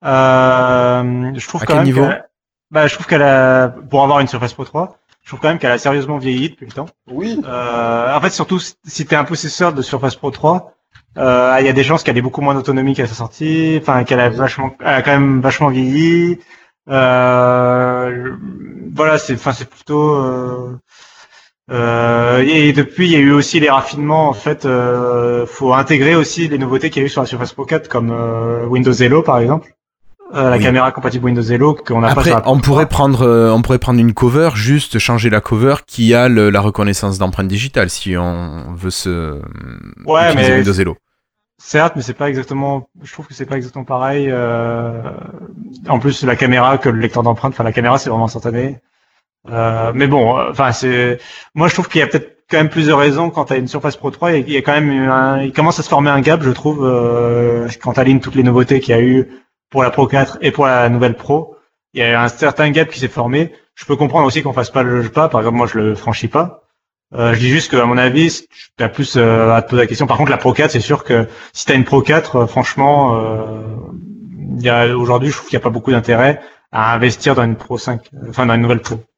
Euh, je trouve À quand quel même niveau qu'elle- bah, je trouve qu'elle a, pour avoir une Surface Pro trois, je trouve quand même qu'elle a sérieusement vieilli depuis le temps. Oui. Euh, en fait, surtout si t'es un possesseur de Surface Pro trois, Euh, il y a des chances qu'elle ait beaucoup moins d'autonomie qu'à sa sortie, enfin qu'elle a vachement, elle a quand même vachement vieilli. Euh, voilà, c'est, enfin c'est plutôt. Euh, euh, et depuis, il y a eu aussi les raffinements. En fait, euh, faut intégrer aussi les nouveautés qu'il y a eu sur la Surface Pro quatre, comme euh, Windows Hello par exemple. Euh, la Oui. caméra compatible Windows Hello qu'on n'a pas Après, sur la Pro on pourrait trois. prendre, euh, on pourrait prendre une cover, juste changer la cover qui a le- la reconnaissance d'empreinte digitale si on veut se Ouais, utiliser mais Windows Hello. certes, mais c'est pas exactement. Je trouve que c'est pas exactement pareil. Euh... En plus, la caméra que le lecteur d'empreintes. Enfin, la caméra, c'est vraiment instantané. Euh... Mais bon, enfin, c'est. Moi, je trouve qu'il y a peut-être quand même plusieurs raisons quand t'as une Surface Pro trois. Il y a quand même un... il commence à se former un gap, je trouve, euh... quand t'alignes toutes les nouveautés qu'il y a eu pour la Pro quatre et pour la nouvelle Pro. Il y a un certain gap qui s'est formé. Je peux comprendre aussi qu'on fasse pas le pas. Par exemple, moi, je le franchis pas. Euh, je dis juste qu'à mon avis, tu as plus euh, à te poser la question. Par contre, la Pro quatre, c'est sûr que si tu as une Pro quatre, euh, franchement, euh, il y a aujourd'hui, je trouve qu'il n'y a pas beaucoup d'intérêt à investir dans une Pro cinq, euh, enfin dans une nouvelle Pro.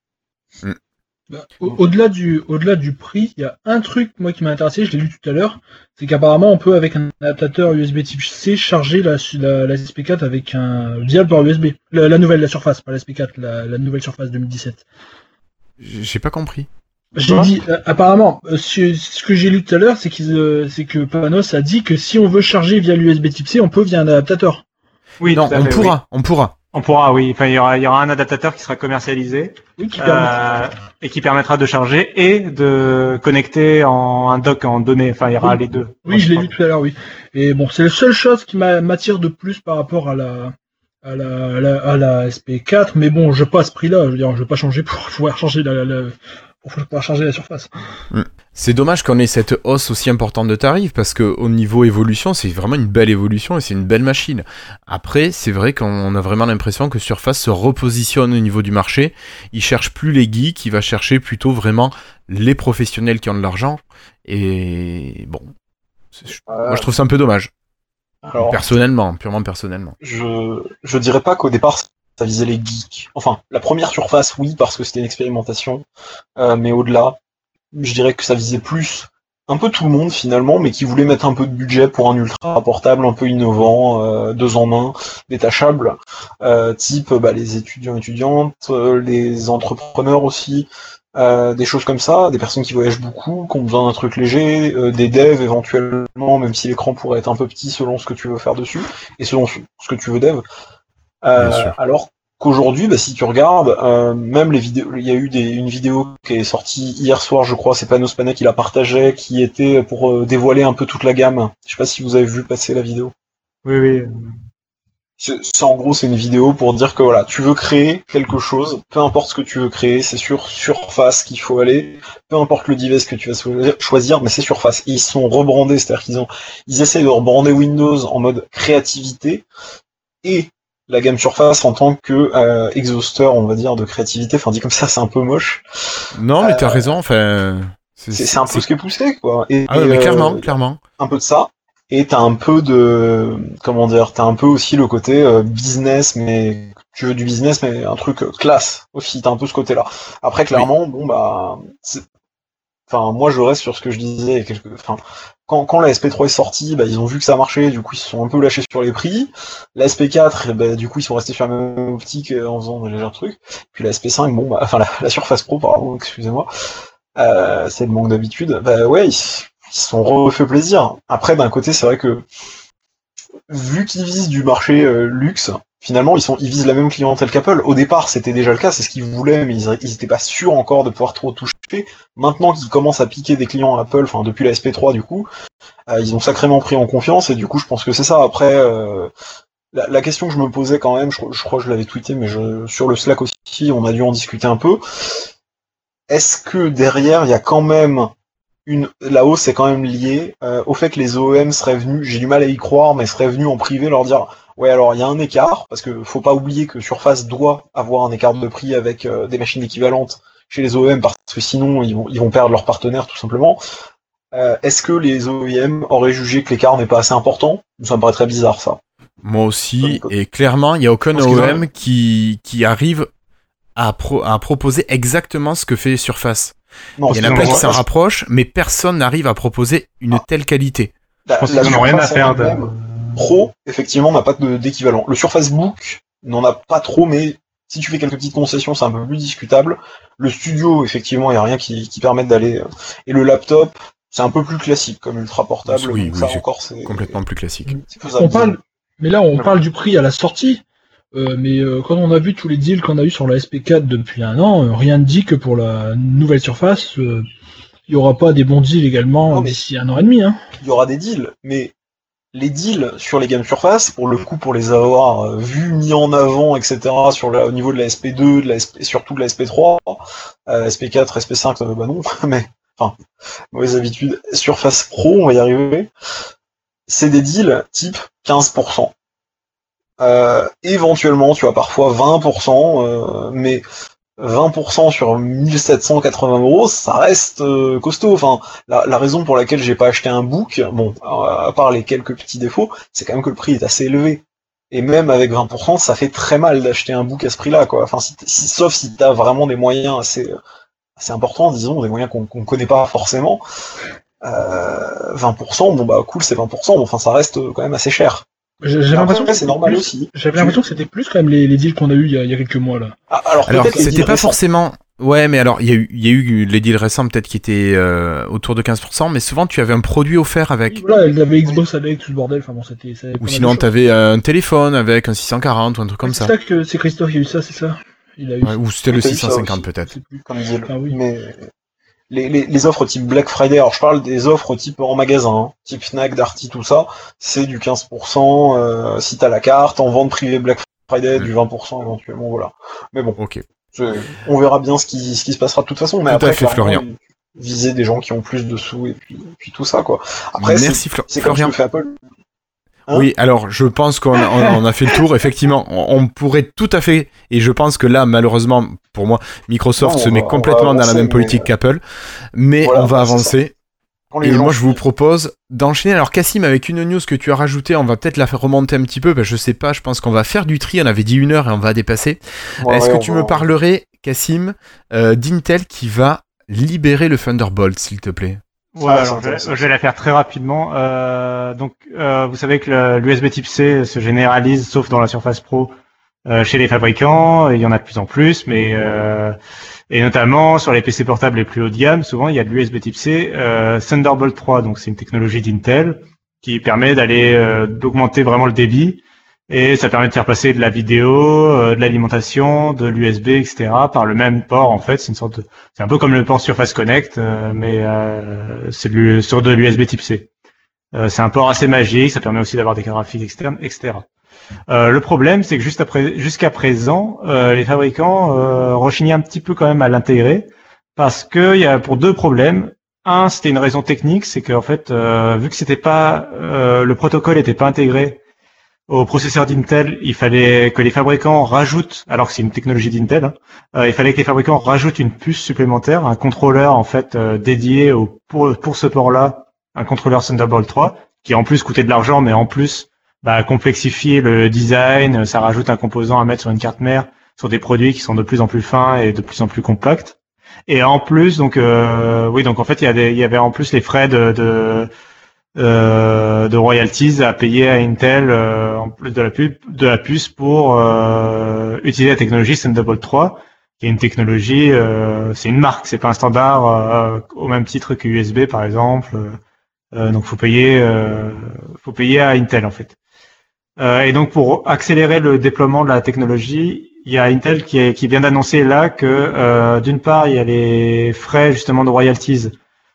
Bah, au- au-delà du, au-delà du prix, il y a un truc moi qui m'a intéressé, je l'ai lu tout à l'heure, c'est qu'apparemment on peut avec un adaptateur U S B Type C charger la, la, la S P quatre avec un via le port U S B. La, la nouvelle, la Surface, pas la S P quatre, la, la nouvelle Surface deux mille dix-sept. J'ai pas compris. J'ai Quoi dit, euh, apparemment, euh, ce, ce que j'ai lu tout à l'heure, c'est, qu'ils, euh, c'est que Panos a dit que si on veut charger via l'U S B Type C, on peut via un adaptateur. Oui, Non, tout à on fait, pourra, oui. on pourra. On pourra, oui. Enfin, il y aura, il y aura un adaptateur qui sera commercialisé Oui, qui permet. euh, et qui permettra de charger et de connecter en un dock en données. Enfin, il y aura Oui. les deux. Oui, je l'ai lu tout à l'heure, oui. Et bon, c'est la seule chose qui m'a- m'attire de plus par rapport à la, à la, à la, à la S P quatre, mais bon, je pas à ce prix-là, je veux dire, je vais pas changer pour pouvoir changer la, la, la- pour pouvoir charger la Surface. C'est dommage qu'on ait cette hausse aussi importante de tarifs parce que au niveau évolution, c'est vraiment une belle évolution et c'est une belle machine. Après, c'est vrai qu'on a vraiment l'impression que Surface se repositionne au niveau du marché. Il cherche plus les geeks, il va chercher plutôt vraiment les professionnels qui ont de l'argent. Et bon, c'est- je- moi je trouve ça un peu dommage. Alors, Personnellement, purement personnellement. je, je dirais pas qu'au départ ça visait les geeks. Enfin, la première Surface, oui, parce que c'était une expérimentation, euh, mais au-delà, je dirais que ça visait plus un peu tout le monde finalement, mais qui voulait mettre un peu de budget pour un ultra portable un peu innovant, euh, deux en un, détachable, euh, type bah, les étudiants étudiantes, euh, les entrepreneurs aussi, euh, des choses comme ça, des personnes qui voyagent beaucoup, qui ont besoin d'un truc léger, euh, des devs éventuellement, même si l'écran pourrait être un peu petit selon ce que tu veux faire dessus et selon ce ce que tu veux dev. Euh, Bien sûr. alors qu'aujourd'hui, bah, si tu regardes, euh, même les vidéos, il y a eu des, une vidéo qui est sortie hier soir, je crois, c'est Panos Panay qui la partageait, qui était pour euh, dévoiler un peu toute la gamme. Je sais pas si vous avez vu passer la vidéo. Oui, oui. C'est, c'est- en gros, c'est une vidéo pour dire que voilà, tu veux créer quelque chose, peu importe ce que tu veux créer, c'est sur Surface qu'il faut aller, peu importe le device que tu vas choisir- choisir, mais c'est Surface. Et ils sont rebrandés, c'est-à-dire qu'ils ont, ils essayent de rebrander Windows en mode créativité et la gamme Surface en tant que euh, exhausteur, on va dire, de créativité. Enfin, dit comme ça, c'est un peu moche. Non, mais t'as Euh, raison, enfin... C'est, c'est un peu ce qui est poussé, quoi. Et, Ah ouais, et, mais euh, clairement, clairement. un peu de ça. Et t'as un peu de, comment dire, t'as un peu aussi le côté euh, business, mais tu veux du business, mais un truc euh, classe aussi. T'as un peu ce côté-là. Après, clairement, bon bah, c'est- enfin, moi, je reste sur ce que je disais. il y a quelques- Enfin, quand, quand la S P trois est sortie, bah, ils ont vu que ça marchait, du coup, ils se sont un peu lâchés sur les prix. La S P quatre, bah, du coup, ils sont restés sur la même optique euh, en faisant des légers trucs. Puis la S P cinq, bon, bah, enfin, la, la Surface Pro, pardon, excusez-moi. Euh, c'est le manque d'habitude. Bah ouais, ils ils se sont refait plaisir. Après, d'un côté, c'est vrai que vu qu'ils visent du marché euh, luxe, finalement, ils sont ils visent la même clientèle qu'Apple. Au départ, c'était déjà le cas, c'est ce qu'ils voulaient, mais ils ils étaient pas sûrs encore de pouvoir trop toucher. Maintenant qu'ils commencent à piquer des clients à Apple, enfin depuis la S P trois du coup, euh, ils ont sacrément pris en confiance et du coup, je pense que c'est ça. Après. Euh, La, la question que je me posais quand même, je, je crois que je l'avais tweeté, mais je, sur le Slack aussi, on a dû en discuter un peu. Est-ce que derrière, il y a quand même une, la hausse est quand même liée euh, au fait que les O E M seraient venus, j'ai du mal à y croire, mais seraient venus en privé leur dire, ouais, alors il y a un écart, parce que faut pas oublier que Surface doit avoir un écart de prix avec euh, des machines équivalentes chez les O E M, parce que sinon ils vont, ils vont perdre leur partenaire tout simplement. Euh, est-ce que les O E M auraient jugé que l'écart n'est pas assez important? Ça me paraît très bizarre ça. Moi aussi, et clairement, il n'y a aucun Parce O qu'ils E ont- M qui, qui arrive à, pro- à proposer exactement ce que fait Surface. Non, Il y en a parce plein qu'ils qui ont- s'en rapprochent, mais personne n'arrive à proposer une Ah. telle qualité. Je pense qu'ils n'ont rien à faire de... Pro, effectivement, n'a pas de, d'équivalent. Le Surface Book n'en a pas trop, mais si tu fais quelques petites concessions, c'est un peu plus discutable. Le studio, effectivement, il n'y a rien qui, qui permette d'aller... Et le laptop, c'est un peu plus classique, comme ultra portable. Oui, donc oui, ça c'est encore, c'est complètement plus classique. On parle... Mais là, on parle du prix à la sortie. Euh, mais euh, quand on a vu tous les deals qu'on a eu sur la S P quatre depuis un an, euh, rien ne dit que pour la nouvelle Surface, euh, il n'y aura pas des bons deals également non, mais d'ici un an et demi. Hein. Il y aura des deals, mais les deals sur les gammes Surface, pour le coup, pour les avoir euh, vus, mis en avant, et cetera, sur la, au niveau de la S P deux, de la S P, surtout de la S P trois, euh, S P quatre, S P cinq, euh, bah non, mais, enfin, mauvaise habitude, Surface Pro, on va y arriver, c'est des deals type quinze pour cent. Euh, éventuellement, tu as parfois vingt pour cent, euh, mais vingt pour cent sur mille sept cent quatre-vingts euros, ça reste euh, costaud. Enfin, la, la raison pour laquelle j'ai pas acheté un book, bon, à part les quelques petits défauts, c'est quand même que le prix est assez élevé. Et même avec vingt pour cent, ça fait très mal d'acheter un book à ce prix-là, quoi. Enfin, si, si, sauf si t'as vraiment des moyens assez, assez importants, disons, des moyens qu'on qu'on connaît pas forcément. Euh, vingt pour cent, bon bah cool, c'est vingt pour cent, mais enfin, ça reste quand même assez cher. J'ai l'impression que c'est normal plus, aussi. J'avais l'impression que c'était plus quand même les, les deals qu'on a eu il y a, il y a quelques mois là. Ah, alors, alors c'était pas récents. forcément. Ouais, mais alors il y a eu, il y a eu les deals récents peut-être qui étaient euh, autour de quinze pour cent, mais souvent tu avais un produit offert avec. Oui, voilà, elle avait Xbox avec tout le bordel. Enfin bon, c'était. Ou sinon t'avais un téléphone avec un six cent quarante ou un truc comme ça. C'est ça que c'est Christophe qui a eu ça, c'est ça. Il a eu. Ouais, ou c'était le six cent cinquante peut-être. Comme deal. Ah, oui. Mais les, les, les offres type Black Friday, alors je parle des offres type en magasin, hein, type Fnac, Darty, tout ça, c'est du quinze pour cent euh, si t'as la carte, en vente privée Black Friday, mmh. du vingt pour cent éventuellement, voilà. Mais bon, okay. on verra bien ce qui, ce qui se passera de toute façon, mais tout après, à fait, Florian. Viser des gens qui ont plus de sous et puis, puis tout ça, quoi. Après, merci, Flo- c'est comme ce que fait Apple. Hein oui, alors je pense qu'on a, on a fait le tour. Effectivement, on, on pourrait tout à fait, et je pense que là, malheureusement, pour moi, Microsoft non, se met va, complètement avancer, dans la même politique mais... qu'Apple, mais voilà, on va avancer. Et moi, je vous propose d'enchaîner. Alors, Cassim, avec une news que tu as rajoutée, on va peut-être la faire remonter un petit peu. Ben, je sais pas, je pense qu'on va faire du tri. On avait dit une heure et on va dépasser. Ouais, Est-ce ouais, que tu va... me parlerais, Cassim, euh, d'Intel qui va libérer le Thunderbolt, s'il te plaît? Ouais, ah, alors je, je vais la faire très rapidement. Euh, donc, euh, vous savez que l'U S B Type C se généralise, sauf dans la Surface Pro, euh, chez les fabricants. Il y en a de plus en plus, mais euh, et notamment sur les P C portables les plus haut de gamme, souvent il y a de l'U S B Type C. Euh, Thunderbolt trois, donc c'est une technologie d'Intel qui permet d'aller euh, d'augmenter vraiment le débit. Et ça permet de faire passer de la vidéo, euh, de l'alimentation, de l'U S B, et cetera par le même port en fait. C'est une sorte de, c'est un peu comme le port Surface Connect, euh, mais euh, c'est de, sur de l'U S B Type C. Euh, c'est un port assez magique. Ça permet aussi d'avoir des cartes graphiques externes, et cetera. Euh, le problème, c'est que juste après, jusqu'à présent, euh, les fabricants euh, rechignaient un petit peu quand même à l'intégrer parce que il y a pour deux problèmes. Un, c'était une raison technique, c'est qu'en fait, euh, vu que c'était pas euh, le protocole n'était pas intégré au processeur d'Intel, il fallait que les fabricants rajoutent, alors que c'est une technologie d'Intel, hein, euh, il fallait que les fabricants rajoutent une puce supplémentaire, un contrôleur en fait euh, dédié au, pour, pour ce port-là, un contrôleur Thunderbolt trois, qui en plus coûtait de l'argent, mais en plus bah, complexifier le design, ça rajoute un composant à mettre sur une carte mère, sur des produits qui sont de plus en plus fins et de plus en plus compacts. Et en plus, donc euh, oui, donc en fait il y, a des, il y avait en plus les frais de, de Euh, de royalties à payer à Intel euh, en plus de la pub, de la puce pour euh, utiliser la technologie Thunderbolt trois, qui est une technologie, euh, c'est une marque, c'est pas un standard euh, au même titre que U S B par exemple. Euh, donc faut payer, euh, faut payer à Intel en fait. Euh, et donc pour accélérer le déploiement de la technologie, il y a Intel qui, est, qui vient d'annoncer là que euh, d'une part il y a les frais justement de royalties.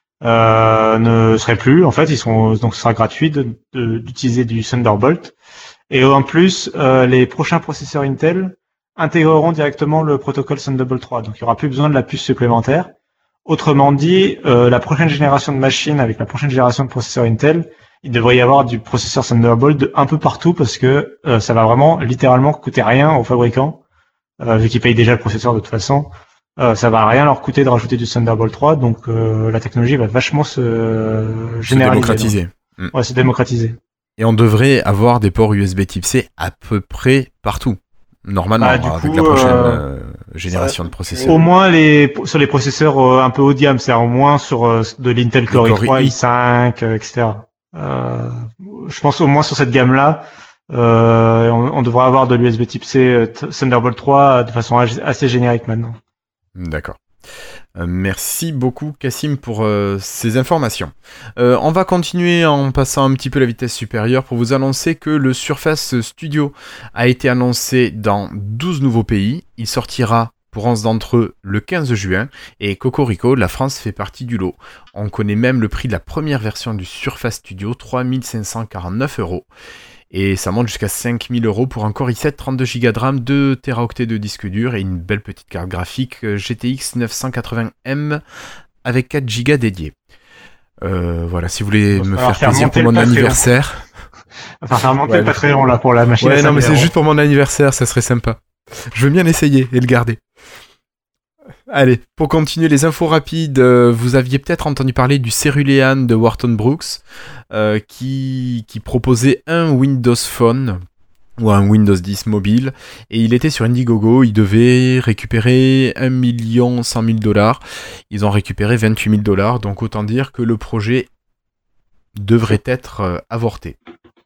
Euh, ne serait plus en fait, ils sont donc ce sera gratuit de, de, d'utiliser du Thunderbolt et en plus euh, les prochains processeurs Intel intégreront directement le protocole Thunderbolt trois, donc il y aura plus besoin de la puce supplémentaire. Autrement dit, euh, la prochaine génération de machines avec la prochaine génération de processeurs Intel, il devrait y avoir du processeur Thunderbolt de un peu partout parce que euh, ça va vraiment littéralement coûter rien aux fabricants euh, vu qu'ils payent déjà le processeur de toute façon. Euh, ça va rien leur coûter de rajouter du Thunderbolt trois, donc euh, la technologie va vachement se euh, généraliser. Se démocratiser. Mm. Ouais, se démocratiser. Et on devrait avoir des ports U S B Type C à peu près partout, normalement, bah, avec coup, la prochaine euh, génération ça, de processeurs. Au moins les sur les processeurs euh, un peu haut de gamme, c'est-à-dire au moins sur euh, de l'Intel Core i trois, i cinq, euh, et cetera. Euh, je pense au moins sur cette gamme-là, euh, on, on devrait avoir de l'U S B Type C euh, Thunderbolt trois de façon assez générique maintenant. D'accord. Euh, merci beaucoup Cassim pour euh, ces informations. Euh, on va continuer en passant un petit peu la vitesse supérieure pour vous annoncer que le Surface Studio a été annoncé dans douze nouveaux pays. Il sortira pour onze d'entre eux le quinze juin et Cocorico, la France fait partie du lot. On connaît même le prix de la première version du Surface Studio, trois mille cinq cent quarante-neuf euros. Et ça monte jusqu'à cinq mille euros pour un Core i sept, trente-deux giga de RAM, deux téraoctets de disque dur et une belle petite carte graphique G T X neuf cent quatre-vingts M avec quatre giga dédiés. Euh, voilà, si vous voulez me faire, faire plaisir pour mon anniversaire. Enfin, faire monter ouais, le Patreon là pour la machine. Ouais, non, mais c'est juste pour mon anniversaire, ça serait sympa. Je veux bien l'essayer et le garder. Allez, pour continuer les infos rapides, euh, vous aviez peut-être entendu parler du Cerulean de Wharton Brooks euh, qui, qui proposait un Windows Phone ou un Windows dix mobile et il était sur Indiegogo, il devait récupérer un million cent mille dollars, ils ont récupéré vingt-huit mille dollars, donc autant dire que le projet devrait être euh, avorté.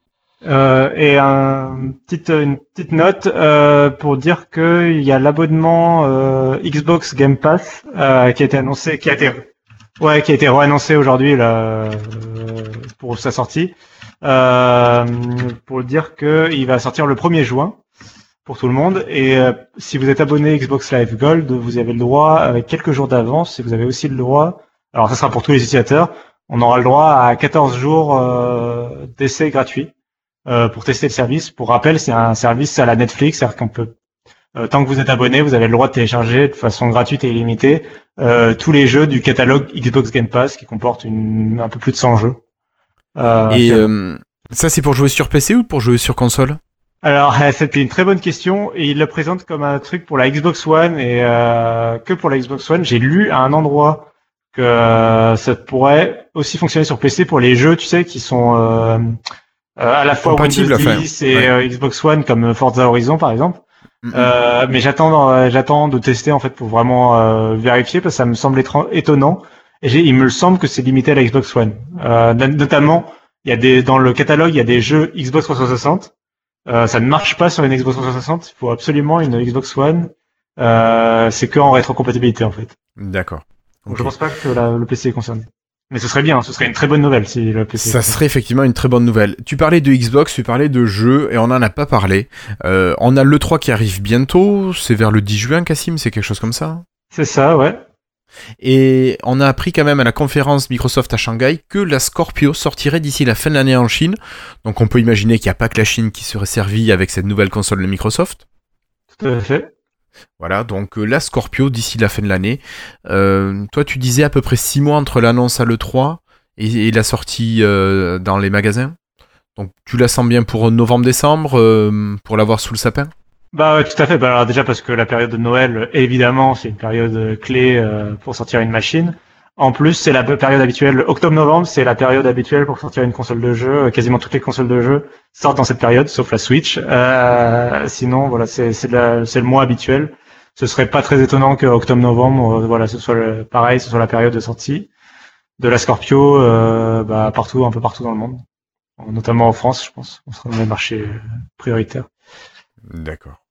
Euh, et un, petite, une petite note euh, pour dire qu'il y a l'abonnement euh, Xbox Game Pass euh, qui a été annoncé, qui a été, ouais, qui a été réannoncé aujourd'hui là euh, pour sa sortie, euh, pour dire que il va sortir le premier juin pour tout le monde. Et euh, si vous êtes abonné Xbox Live Gold, vous avez le droit avec quelques jours d'avance. Et vous avez aussi le droit, alors ça sera pour tous les utilisateurs, on aura le droit à quatorze jours euh, d'essai gratuit. Euh, pour tester le service. Pour rappel, c'est un service à la Netflix, c'est-à-dire qu'on peut, euh, tant que vous êtes abonné, vous avez le droit de télécharger de façon gratuite et illimitée euh, tous les jeux du catalogue Xbox Game Pass qui comporte une, un peu plus de cent jeux. Euh, et euh, ça, c'est pour jouer sur P C ou pour jouer sur console ? Alors, c'était une très bonne question et il le présente comme un truc pour la Xbox One et euh, que pour la Xbox One. J'ai lu à un endroit que euh, ça pourrait aussi fonctionner sur P C pour les jeux, tu sais, qui sont euh, Euh, à la fois Windows dix et ouais. euh, Xbox One comme Forza Horizon par exemple. Mm-hmm. Euh, mais j'attends, euh, j'attends de tester en fait pour vraiment euh, vérifier parce que ça me semble étrange, étonnant. Et j'ai, il me semble que c'est limité à la Xbox One. Euh, notamment, il y a des dans le catalogue il y a des jeux Xbox trois cent soixante. Euh, ça ne marche pas sur une Xbox trois cent soixante. Il faut absolument une Xbox One. Euh, c'est que en rétrocompatibilité en fait. D'accord. Donc, okay. Je pense pas que la, le P C est concerné. Mais ce serait bien, ce serait une très bonne nouvelle si le P C. Ça serait effectivement une très bonne nouvelle. Tu parlais de Xbox, tu parlais de jeux, et on n'en a pas parlé. Euh, on a l'E trois qui arrive bientôt, c'est vers le dix juin, Cassim, c'est quelque chose comme ça ? C'est ça, ouais. Et on a appris quand même à la conférence Microsoft à Shanghai que la Scorpio sortirait d'ici la fin de l'année en Chine. Donc on peut imaginer qu'il n'y a pas que la Chine qui serait servie avec cette nouvelle console de Microsoft. Tout à fait. Voilà, donc euh, la Scorpio d'ici la fin de l'année. Euh, toi, tu disais à peu près six mois entre l'annonce à l'E trois et, et la sortie euh, dans les magasins. Donc tu la sens bien pour novembre-décembre, euh, pour l'avoir sous le sapin ? Bah ouais, tout à fait. Bah, alors déjà parce que la période de Noël, évidemment, c'est une période clé euh, pour sortir une machine. En plus, c'est la période habituelle. Octobre-novembre, c'est la période habituelle pour sortir une console de jeu. Quasiment toutes les consoles de jeu sortent dans cette période, sauf la Switch. Euh, sinon, voilà, c'est c'est, la, c'est le mois habituel. Ce serait pas très étonnant que octobre-novembre, euh, voilà, ce soit le, pareil, ce soit la période de sortie de la Scorpio, euh, bah, partout, un peu partout dans le monde, notamment en France, je pense. On sera dans les marchés prioritaires. D'accord.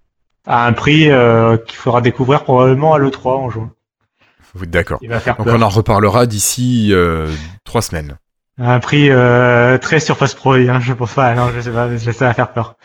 À un prix euh, qu'il faudra découvrir probablement à l'E trois en juin. D'accord. Donc on en reparlera d'ici euh, trois semaines. Un prix euh, très Surface Pro, hein, je pense pas. Non, je sais pas, ça va faire peur.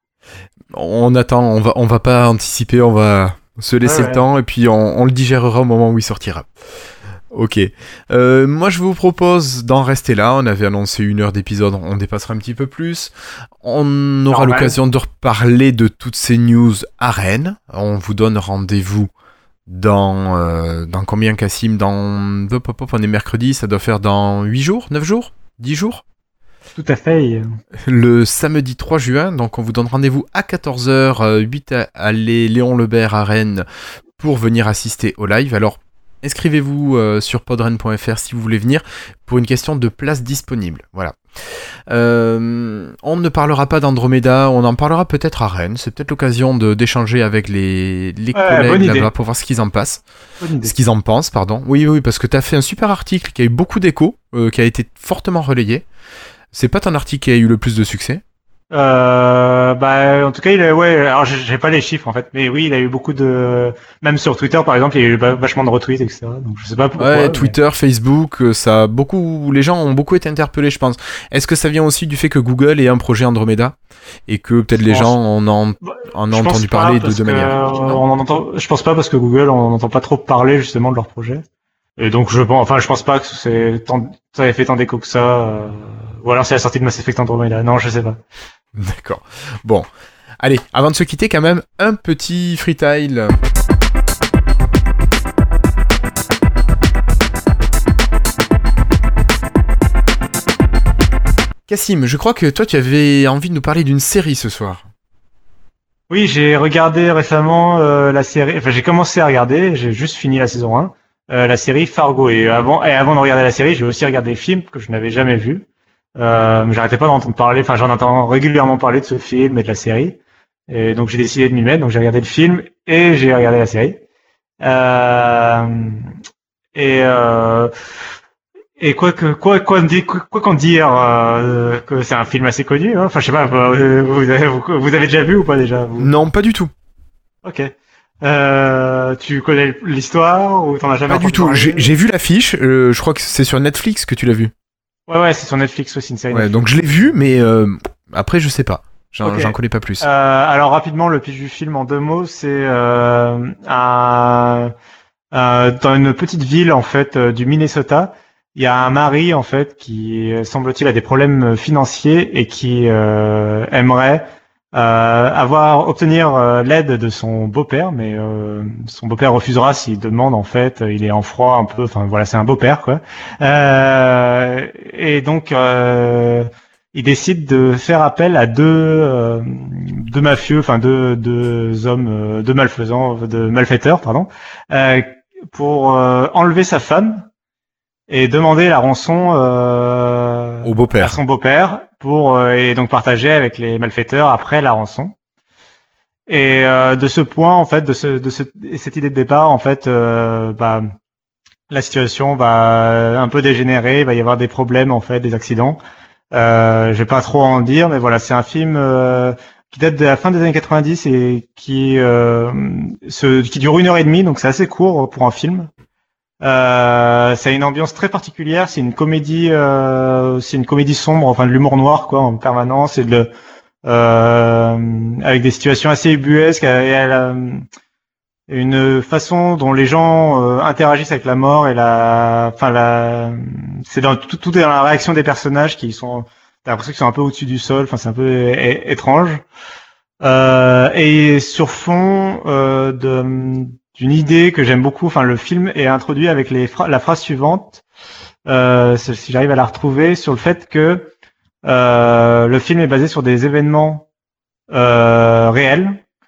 On attend, on va, on va pas anticiper, on va se laisser ouais, le ouais. temps et puis on, on le digérera au moment où il sortira. Ok. Euh, moi, je vous propose d'en rester là. On avait annoncé une heure d'épisode, on dépassera un petit peu plus. On aura Normal. l'occasion de reparler de toutes ces news à Rennes. On vous donne rendez-vous dans euh, dans combien, Cassim ? Dans hop, hop, hop, on est mercredi, ça doit faire dans huit jours, neuf jours, dix jours. Tout à fait. Le samedi trois juin, donc on vous donne rendez-vous à quatorze heures, huit à allée Léon Lebert à Rennes pour venir assister au live. Alors inscrivez-vous euh, sur podren point f r si vous voulez venir pour une question de place disponible. Voilà. Euh, on ne parlera pas d'Andromeda, on en parlera peut-être à Rennes. C'est peut-être l'occasion de, d'échanger avec les, les ouais, collègues là-bas pour voir ce qu'ils en passent. Ce qu'ils en pensent, pardon. Oui, oui, parce que tu as fait un super article qui a eu beaucoup d'écho, euh, qui a été fortement relayé. C'est pas ton article qui a eu le plus de succès? Euh, bah, en tout cas, il a, ouais, alors j'ai j'ai pas les chiffres en fait, mais oui, il a eu beaucoup de, même sur Twitter par exemple, il y a eu vachement de retweets, et cetera. Donc je sais pas pourquoi. Ouais, mais... Twitter, Facebook, ça a beaucoup, les gens ont beaucoup été interpellés, je pense. Est-ce que ça vient aussi du fait que Google ait un projet Andromeda et que peut-être les gens en ont, en ont entendu parler de deux manières? Euh, on en entend, je pense pas parce que Google, on n'entend pas trop parler justement de leur projet. Et donc je pense, enfin je pense pas que c'est tant, ça avait fait tant d'écho que ça. Euh... Ou alors c'est la sortie de Mass Effect Andromeda. Non, je sais pas. D'accord. Bon. Allez, avant de se quitter, quand même, un petit freestyle. Cassim, je crois que toi, tu avais envie de nous parler d'une série ce soir. Oui, j'ai regardé récemment euh, la série. Enfin, j'ai commencé à regarder. J'ai juste fini la saison un. Euh, la série Fargo. Et avant, et avant de regarder la série, j'ai aussi regardé le film que je n'avais jamais vu. Euh, j'arrêtais pas d'entendre parler, enfin j'en entends régulièrement parler de ce film et de la série, et donc j'ai décidé de m'y mettre, donc j'ai regardé le film et j'ai regardé la série. Euh, et euh, et quoi que quoi quoi dire quoi, quoi qu'en dire euh, que c'est un film assez connu, hein. Enfin je sais pas, vous avez, vous, vous avez déjà vu ou pas déjà vous... Non, pas du tout. Ok. Euh, tu connais l'histoire ou t'en as jamais Pas du tout. J'ai, j'ai vu l'affiche. Euh, je crois que c'est sur Netflix que tu l'as vu. Ouais, ouais, c'est sur Netflix aussi, une série. Ouais, Netflix. donc je l'ai vu, mais euh, après, je sais pas. J'en, Okay. j'en connais pas plus. Euh, alors, rapidement, le pitch du film en deux mots, c'est euh, un, un, dans une petite ville, en fait, euh, du Minnesota, il y a un mari, en fait, qui, semble-t-il, a des problèmes financiers et qui euh, aimerait euh, avoir obtenir euh, l'aide de son beau-père, mais euh, son beau-père refusera s'il demande, en fait, il est en froid un peu, enfin voilà, c'est un beau-père, quoi. Euh, et donc, euh, il décide de faire appel à deux, euh, deux mafieux, enfin deux, deux hommes, euh, deux malfaisants, de malfaiteurs, pardon, euh, pour euh, enlever sa femme et demander la rançon euh, au beau-père. à son beau-père pour euh, et donc partager avec les malfaiteurs après la rançon. Et euh, de ce point, en fait, de, ce, de ce, cette idée de départ, en fait, euh, bah, la situation va un peu dégénérer, il va y avoir des problèmes, en fait, des accidents. Euh, je vais pas trop en dire, mais voilà, c'est un film euh, qui date de la fin des années quatre-vingt-dix et qui euh, se, qui dure une heure et demie, donc c'est assez court pour un film. Euh, ça a une ambiance très particulière. C'est une comédie, euh, c'est une comédie sombre, enfin de l'humour noir quoi, en permanence et de, euh, avec des situations assez ubuesques. Et elle a une façon dont les gens euh, interagissent avec la mort et la, enfin la, c'est dans tout, tout est dans la réaction des personnages qui sont, t'as l'impression qu'ils sont un peu au-dessus du sol. Enfin, c'est un peu é- étrange. Euh, et sur fond euh, de d'une idée que j'aime beaucoup. Enfin, le film est introduit avec les phra- la phrase suivante, euh, si j'arrive à la retrouver, sur le fait que euh, le film est basé sur des événements euh, réels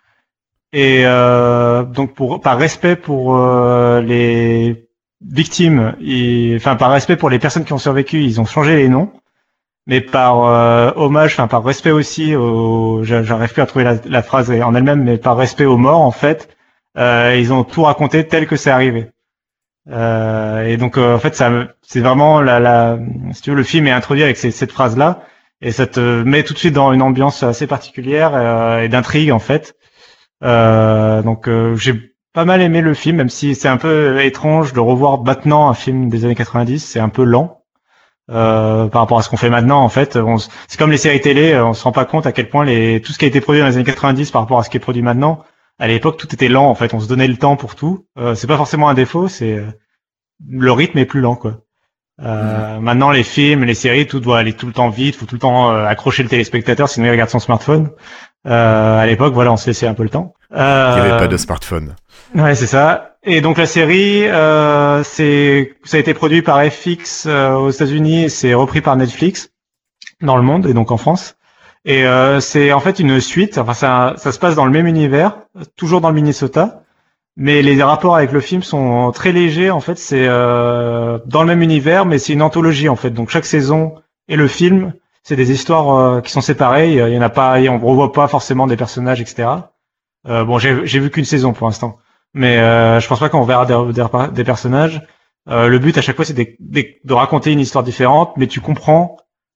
et euh, donc pour par respect pour euh, les victimes, et, enfin par respect pour les personnes qui ont survécu, ils ont changé les noms. Mais par euh, hommage, enfin par respect aussi, au, j'arrive plus à trouver la, la phrase en elle-même, mais par respect aux morts en fait. Euh, ils ont tout raconté tel que c'est arrivé. Euh, et donc euh, en fait, ça, c'est vraiment la, la, si tu veux, le film est introduit avec ces, cette phrase-là, et ça te met tout de suite dans une ambiance assez particulière euh, et d'intrigue en fait. Euh, donc euh, j'ai pas mal aimé le film, même si c'est un peu étrange de revoir maintenant un film des années quatre-vingt-dix. C'est un peu lent euh, par rapport à ce qu'on fait maintenant. En fait, on, c'est comme les séries télé, on se rend pas compte à quel point les, tout ce qui a été produit dans les années quatre-vingt-dix par rapport à ce qui est produit maintenant. À l'époque, tout était lent, en fait. On se donnait le temps pour tout. Euh, c'est pas forcément un défaut, c'est euh, le rythme est plus lent, quoi. Euh, mmh. Maintenant, les films, les séries, tout doit aller tout le temps vite. Faut tout le temps euh, accrocher le téléspectateur, sinon il regarde son smartphone. Euh, à l'époque, voilà, on se laissait un peu le temps. Euh, il n'y avait pas de smartphone. Ouais, c'est ça. Et donc la série, euh, c'est, ça a été produit par F X euh, aux États-Unis et c'est repris par Netflix dans le monde et donc en France. Et euh, c'est en fait une suite, enfin ça, ça se passe dans le même univers, toujours dans le Minnesota, mais les rapports avec le film sont très légers. En fait, c'est euh, dans le même univers, mais c'est une anthologie en fait. Donc chaque saison et le film, c'est des histoires euh, qui sont séparées. Il y en a pas, on revoit pas forcément des personnages, et cetera. Euh, bon, j'ai, j'ai vu qu'une saison pour l'instant, mais euh, je pense pas qu'on verra des, des, des personnages. Euh, le but à chaque fois, c'est de, de, de raconter une histoire différente, mais tu comprends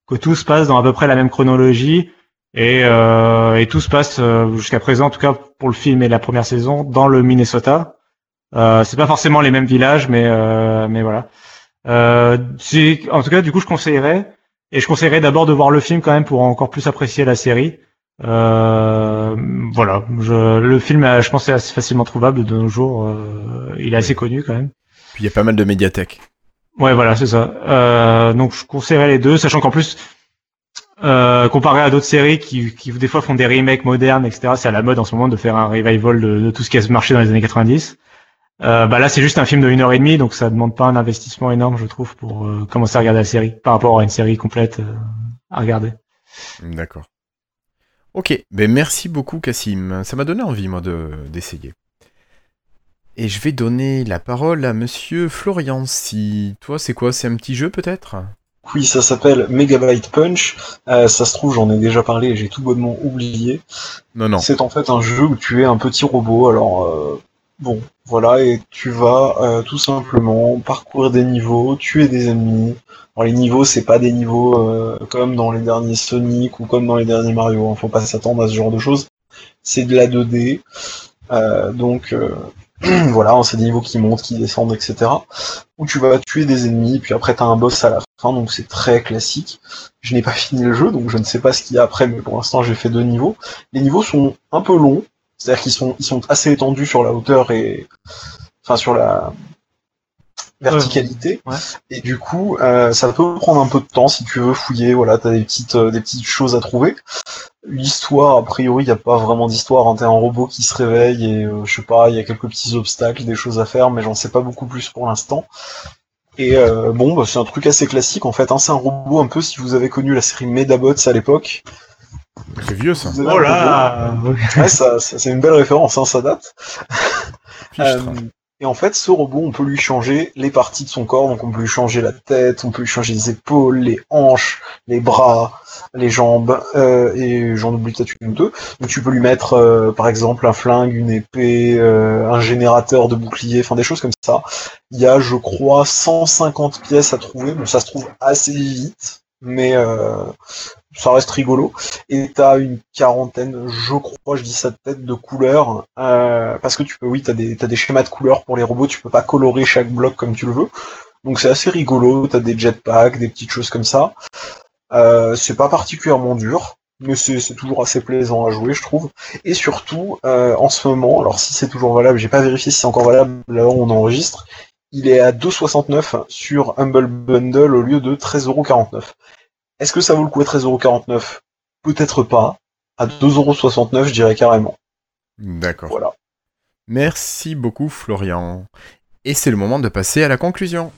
que tout se passe dans à peu près la même chronologie et, euh, et tout se passe euh, jusqu'à présent, en tout cas pour le film et la première saison, dans le Minnesota. Euh, c'est pas forcément les mêmes villages, mais euh, mais voilà. Euh, c'est, en tout cas, du coup, je conseillerais et je conseillerais d'abord de voir le film quand même pour encore plus apprécier la série. Euh, voilà, je, le film, je pense, est assez facilement trouvable de nos jours. Euh, il est assez connu quand même. Puis il y a pas mal de médiathèques. Ouais, voilà, c'est ça. Euh, donc je conseillerais les deux, sachant qu'en plus, euh, comparé à d'autres séries qui, qui des fois font des remakes modernes, et cetera, c'est à la mode en ce moment de faire un revival de, de tout ce qui a marché dans les années quatre-vingt-dix. Euh, bah là, c'est juste un film de une heure et demie, donc ça demande pas un investissement énorme, je trouve, pour euh, commencer à regarder la série, par rapport à une série complète euh, à regarder. D'accord. Ok, ben merci beaucoup Cassim, ça m'a donné envie moi de, d'essayer. Et je vais donner la parole à monsieur Florian. Si toi c'est quoi, c'est un petit jeu peut-être ? Oui, ça s'appelle Megabyte Punch, euh, ça se trouve j'en ai déjà parlé et j'ai tout bonnement oublié. Non, non. C'est en fait un jeu où tu es un petit robot, alors euh, bon, voilà, et tu vas euh, tout simplement parcourir des niveaux, tuer des ennemis. Alors les niveaux, c'est pas des niveaux euh, comme dans les derniers Sonic ou comme dans les derniers Mario, hein, faut pas s'attendre à ce genre de choses. C'est de la deux D, euh, donc euh, voilà, c'est des niveaux qui montent, qui descendent, et cetera. Où tu vas tuer des ennemis, puis après t'as un boss à la fin, donc c'est très classique. Je n'ai pas fini le jeu, donc je ne sais pas ce qu'il y a après, mais pour l'instant j'ai fait deux niveaux. Les niveaux sont un peu longs, c'est-à-dire qu'ils sont, ils sont assez étendus sur la hauteur et... Enfin, sur la verticalité. Ouais. Et du coup, euh, ça peut prendre un peu de temps si tu veux fouiller, voilà, t'as des petites, euh, des petites choses à trouver. L'histoire, a priori, il n'y a pas vraiment d'histoire, hein. T'es un robot qui se réveille et, euh, je sais pas, il y a quelques petits obstacles, des choses à faire, mais j'en sais pas beaucoup plus pour l'instant. Et euh, bon, bah, c'est un truc assez classique en fait, hein. C'est un robot un peu, si vous avez connu la série Medabots à l'époque. C'est vieux ça. Oh là. Ouais, ça, ça, c'est une belle référence, hein, ça date. euh, et en fait, ce robot, on peut lui changer les parties de son corps, donc on peut lui changer la tête, on peut lui changer les épaules, les hanches, les bras, les jambes, euh, et j'en oublie peut-être une ou deux. Donc tu peux lui mettre, euh, par exemple, un flingue, une épée, euh, un générateur de bouclier, enfin des choses comme ça. Il y a, je crois, cent cinquante pièces à trouver, bon ça se trouve assez vite, mais euh, ça reste rigolo. Et t'as une quarantaine, je crois, je dis ça de tête, de couleurs, euh, parce que tu peux, oui, t'as des, t'as des schémas de couleurs pour les robots, tu peux pas colorer chaque bloc comme tu le veux. Donc c'est assez rigolo, t'as des jetpacks, des petites choses comme ça. Euh, c'est pas particulièrement dur, mais c'est, c'est toujours assez plaisant à jouer, je trouve. Et surtout, euh, en ce moment, alors si c'est toujours valable, j'ai pas vérifié si c'est encore valable là où on enregistre, il est à deux euros soixante-neuf sur Humble Bundle au lieu de treize euros quarante-neuf. Est-ce que ça vaut le coup à treize euros quarante-neuf ? Peut-être pas. À deux euros soixante-neuf, je dirais carrément. D'accord. Voilà. Merci beaucoup Florian. Et c'est le moment de passer à la conclusion.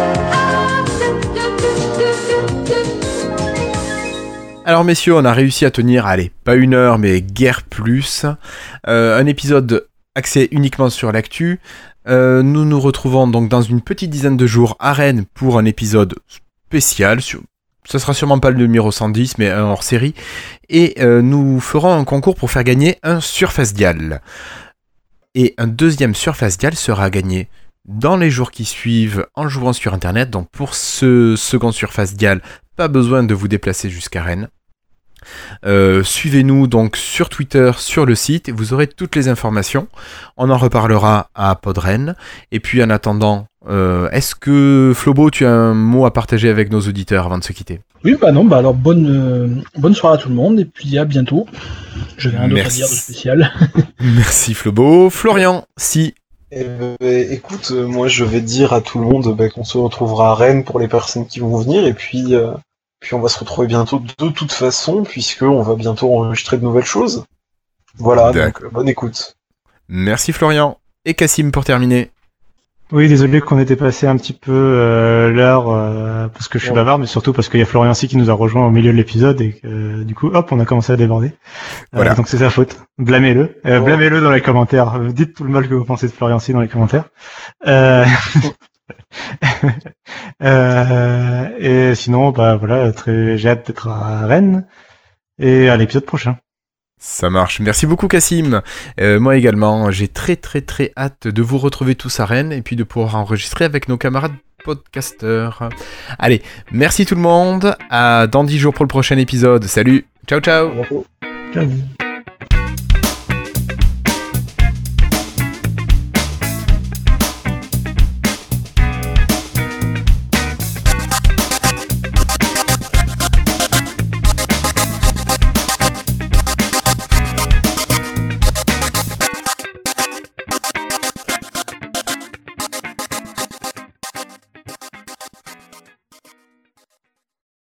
Alors messieurs, on a réussi à tenir, allez, pas une heure, mais guère plus. Euh, un épisode axé uniquement sur l'actu. Euh, nous nous retrouvons donc dans une petite dizaine de jours à Rennes pour un épisode spécial. Sur... Ce sera sûrement pas le numéro cent dix, mais un hors-série. Et euh, nous ferons un concours pour faire gagner un Surface Dial. Et un deuxième Surface Dial sera gagné dans les jours qui suivent en jouant sur Internet. Donc pour ce second Surface Dial, pas besoin de vous déplacer jusqu'à Rennes. Euh, suivez-nous donc sur Twitter, sur le site, vous aurez toutes les informations. On en reparlera à Podren. Et puis en attendant, euh, est-ce que Flobo, tu as un mot à partager avec nos auditeurs avant de se quitter ? Oui, bah non, bah alors bonne, euh, bonne soirée à tout le monde et puis à bientôt. Je n'ai rien d'autre à dire de spécial. Merci Flobo. Florian, si. Eh ben, écoute, euh, moi je vais dire à tout le monde bah, qu'on se retrouvera à Rennes pour les personnes qui vont venir et puis. Euh... Puis on va se retrouver bientôt de toute façon, puisqu'on va bientôt enregistrer de nouvelles choses. Voilà, D'accord. donc bonne écoute. Merci Florian. Et Cassim pour terminer. Oui, désolé qu'on était passé un petit peu euh, l'heure, euh, parce que je suis ouais. bavard, mais surtout parce qu'il y a Florian aussi qui nous a rejoint au milieu de l'épisode, et que euh, du coup, hop, on a commencé à déborder. Voilà. Euh, donc c'est sa faute. Blâmez-le. Euh, ouais. Blâmez-le dans les commentaires. Dites tout le mal que vous pensez de Florian aussi dans les commentaires. Euh... euh, et sinon, bah voilà, très j'ai hâte d'être à Rennes et à l'épisode prochain. Ça marche. Merci beaucoup Cassim. Euh, moi également, j'ai très très très hâte de vous retrouver tous à Rennes et puis de pouvoir enregistrer avec nos camarades podcasteurs. Allez, merci tout le monde. À dans dix jours pour le prochain épisode. Salut, ciao ciao. Ciao.